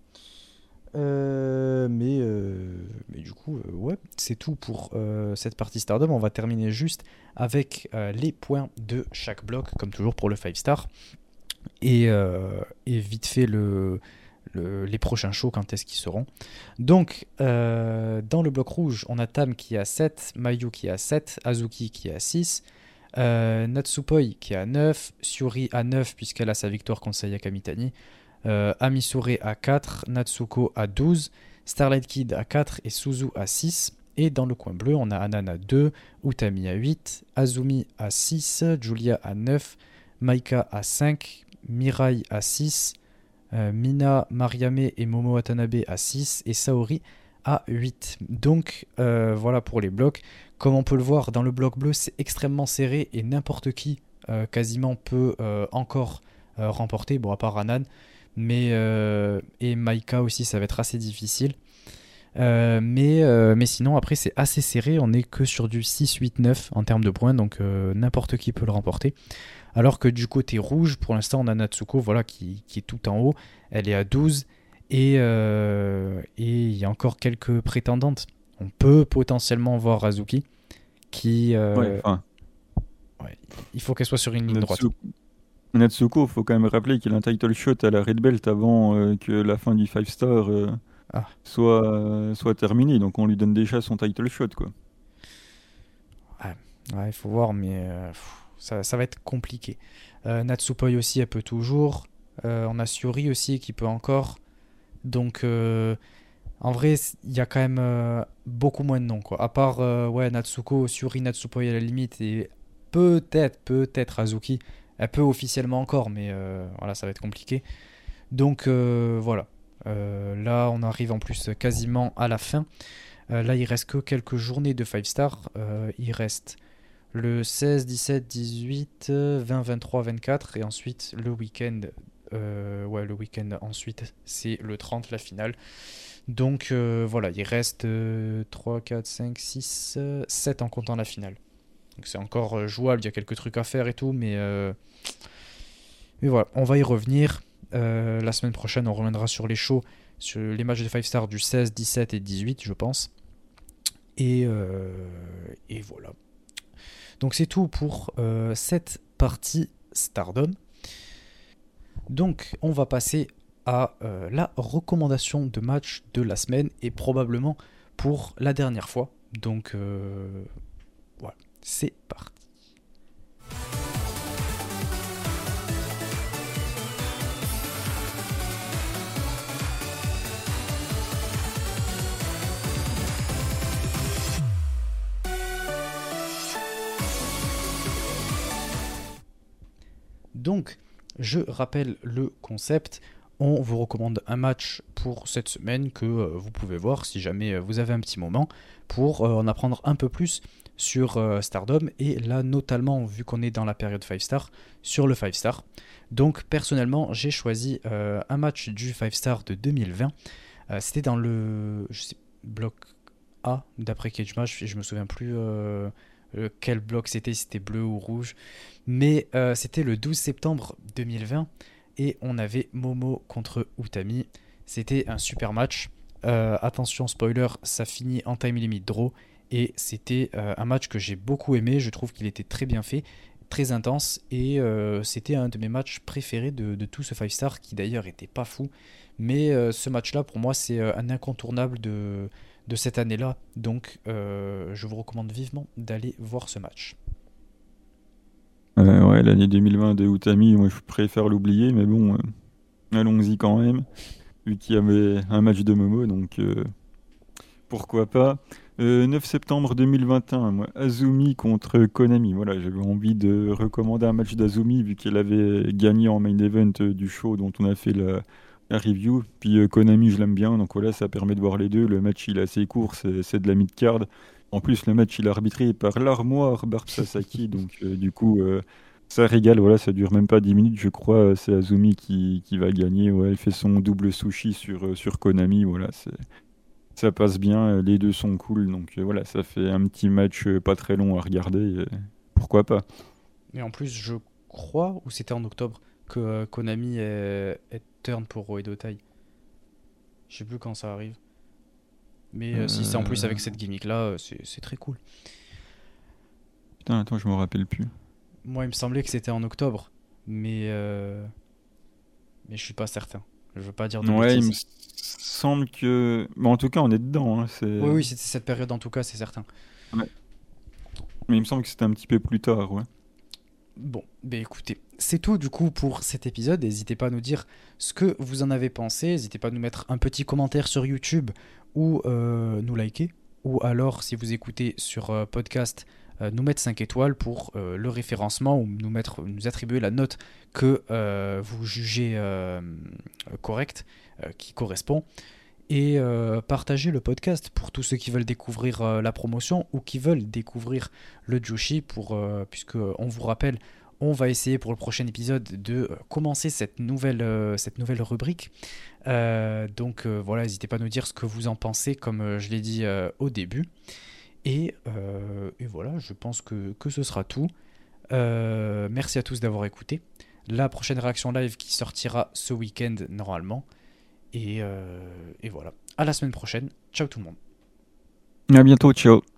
Euh, mais, euh, mais du coup, euh, ouais, c'est tout pour euh, cette partie Stardom. On va terminer juste avec euh, les points de chaque bloc, comme toujours pour le five star. Et, euh, et vite fait le, le- les prochains shows, quand est-ce qu'ils seront. Donc, euh, dans le bloc rouge, on a Tam qui a sept, Mayu qui a sept, Azuki qui a six, euh, Natsupoi qui a neuf, Syuri a neuf puisqu'elle a sa victoire contre Sayaka Mitani, euh, Amisure à quatre, Natsuko à douze, Starlight Kid à quatre et Suzu à six. Et dans le coin bleu, on a Anan à deux, Utami à huit, Azumi à six, Julia à neuf, Maika à cinq, Mirai à six, euh, Mina, Mariame et Momo Watanabe à six et Saori à huit. Donc euh, voilà pour les blocs. Comme on peut le voir dans le bloc bleu, c'est extrêmement serré et n'importe qui euh, quasiment peut euh, encore euh, remporter, bon à part Anan, mais euh, et Maika aussi ça va être assez difficile. Euh, mais, euh, mais sinon après c'est assez serré, on est que sur du six, huit, neuf en termes de points, donc euh, n'importe qui peut le remporter. Alors que du côté rouge, pour l'instant, on a Natsuko voilà, qui, qui est tout en haut. Elle est à douze. Et euh, et il y a encore quelques prétendantes. On peut potentiellement voir Azuki. Qui, Ouais, euh, enfin, ouais, il faut qu'elle soit sur une ligne droite. Natsu- Natsuko, faut quand même rappeler qu'il a un title shot à la Red Belt avant euh, que la fin du five star euh, Ah, soit, euh, soit terminée. Donc on lui donne déjà son title shot, quoi. ouais, ouais, il faut voir, mais euh, pff, ça, ça va être compliqué. Euh, Natsupoi aussi, elle peut toujours. Euh, on a Syuri aussi qui peut encore. Donc, euh, en vrai, il y a quand même euh, beaucoup moins de noms, quoi. À part euh, ouais, Natsuko, Syuri, Natsupoi à la limite, et peut-être, peut-être Azuki. Elle peut officiellement encore, mais euh, voilà, ça va être compliqué. Donc euh, voilà. Euh, là, on arrive en plus quasiment à la fin. Euh, là, il reste que quelques journées de five star. Euh, il reste le seize, dix-sept, dix-huit, vingt, vingt-trois, vingt-quatre, et ensuite le week-end. Euh, ouais, le week-end ensuite, c'est le trente, la finale. Donc euh, voilà, il reste euh, trois, quatre, cinq, six, euh, sept en comptant la finale. Donc c'est encore euh, jouable, il y a quelques trucs à faire et tout, mais, euh, mais voilà, on va y revenir. Euh, la semaine prochaine, on reviendra sur les shows, sur les matchs de five star du seize, dix-sept et dix-huit, je pense. Et, euh, et voilà. Donc c'est tout pour euh, cette partie Stardom. Donc on va passer à euh, la recommandation de match de la semaine et probablement pour la dernière fois. Donc euh, voilà, c'est parti. Donc, je rappelle le concept. On vous recommande un match pour cette semaine que euh, vous pouvez voir si jamais euh, vous avez un petit moment pour euh, en apprendre un peu plus sur euh, Stardom et là notamment vu qu'on est dans la période five star sur le five star. Donc personnellement j'ai choisi euh, un match du five star de deux mille vingt. Euh, c'était dans le je sais, bloc A d'après Cage Match, je me souviens plus euh, euh, quel bloc c'était, si c'était bleu ou rouge. Mais euh, c'était le douze septembre deux mille vingt et on avait Momo contre Utami. C'était un super match. Euh, attention, spoiler, ça finit en time limit draw. Et c'était euh, un match que j'ai beaucoup aimé. Je trouve qu'il était très bien fait, très intense. Et euh, c'était un de mes matchs préférés de, de tout ce five star qui d'ailleurs était pas fou. Mais euh, ce match-là, pour moi, c'est euh, un incontournable de, de cette année-là. Donc, euh, je vous recommande vivement d'aller voir ce match. Euh, ouais, l'année deux mille vingt de Utami, moi je préfère l'oublier, mais bon, euh, allons-y quand même, vu qu'il y avait un match de Momo, donc euh, pourquoi pas. Euh, neuf septembre deux mille vingt et un, moi, Azumi contre Konami. Voilà, j'avais envie de recommander un match d'Azumi, vu qu'elle avait gagné en main event euh, du show dont on a fait la, la review. Puis euh, Konami, je l'aime bien, donc voilà, ça permet de voir les deux. Le match, il est assez court, c'est c'est de la mid-card. En plus, le match, il est arbitré par l'armoire Barb Sasaki, donc euh, du coup, euh, ça régale. Voilà, ça dure même pas dix minutes, je crois. euh, C'est Azumi qui, qui va gagner. Ouais, elle fait son double sushi sur, euh, sur Konami. Voilà, c'est ça passe bien, les deux sont cool, donc euh, voilà, ça fait un petit match euh, pas très long à regarder, et pourquoi pas. Et en plus, je crois, ou c'était en octobre, que euh, Konami est, est turn pour Oedo Tai. Je sais plus quand ça arrive. Mais euh, si c'est en plus Euh, avec cette gimmick-là, euh, c'est c'est très cool. Putain, attends, je me rappelle plus. Moi, il me semblait que c'était en octobre, mais euh, mais je suis pas certain. Je veux pas dire de Ouais, il me bêtises. s- semble que... Mais en tout cas, on est dedans, hein, c'est... Oui, oui, c'était cette période en tout cas, c'est certain. Ouais. Mais il me semble que c'était un petit peu plus tard, ouais. Bon, ben écoutez, c'est tout du coup pour cet épisode. N'hésitez pas à nous dire ce que vous en avez pensé. N'hésitez pas à nous mettre un petit commentaire sur YouTube ou euh, nous liker. Ou alors, si vous écoutez sur euh, podcast, euh, nous mettre cinq étoiles pour euh, le référencement ou nous, mettre, nous attribuer la note que euh, vous jugez euh, correcte, euh, qui correspond. Et euh, partager le podcast pour tous ceux qui veulent découvrir euh, la promotion ou qui veulent découvrir le Joshi, pour, euh, puisque on vous rappelle, on va essayer pour le prochain épisode de euh, commencer cette nouvelle, euh, cette nouvelle rubrique. Euh, donc euh, voilà, n'hésitez pas à nous dire ce que vous en pensez, comme euh, je l'ai dit euh, au début. Et, euh, et voilà, je pense que, que ce sera tout. Euh, merci à tous d'avoir écouté. La prochaine réaction live qui sortira ce week-end normalement. Et, euh, et voilà. À la semaine prochaine. Ciao tout le monde. À bientôt, ciao.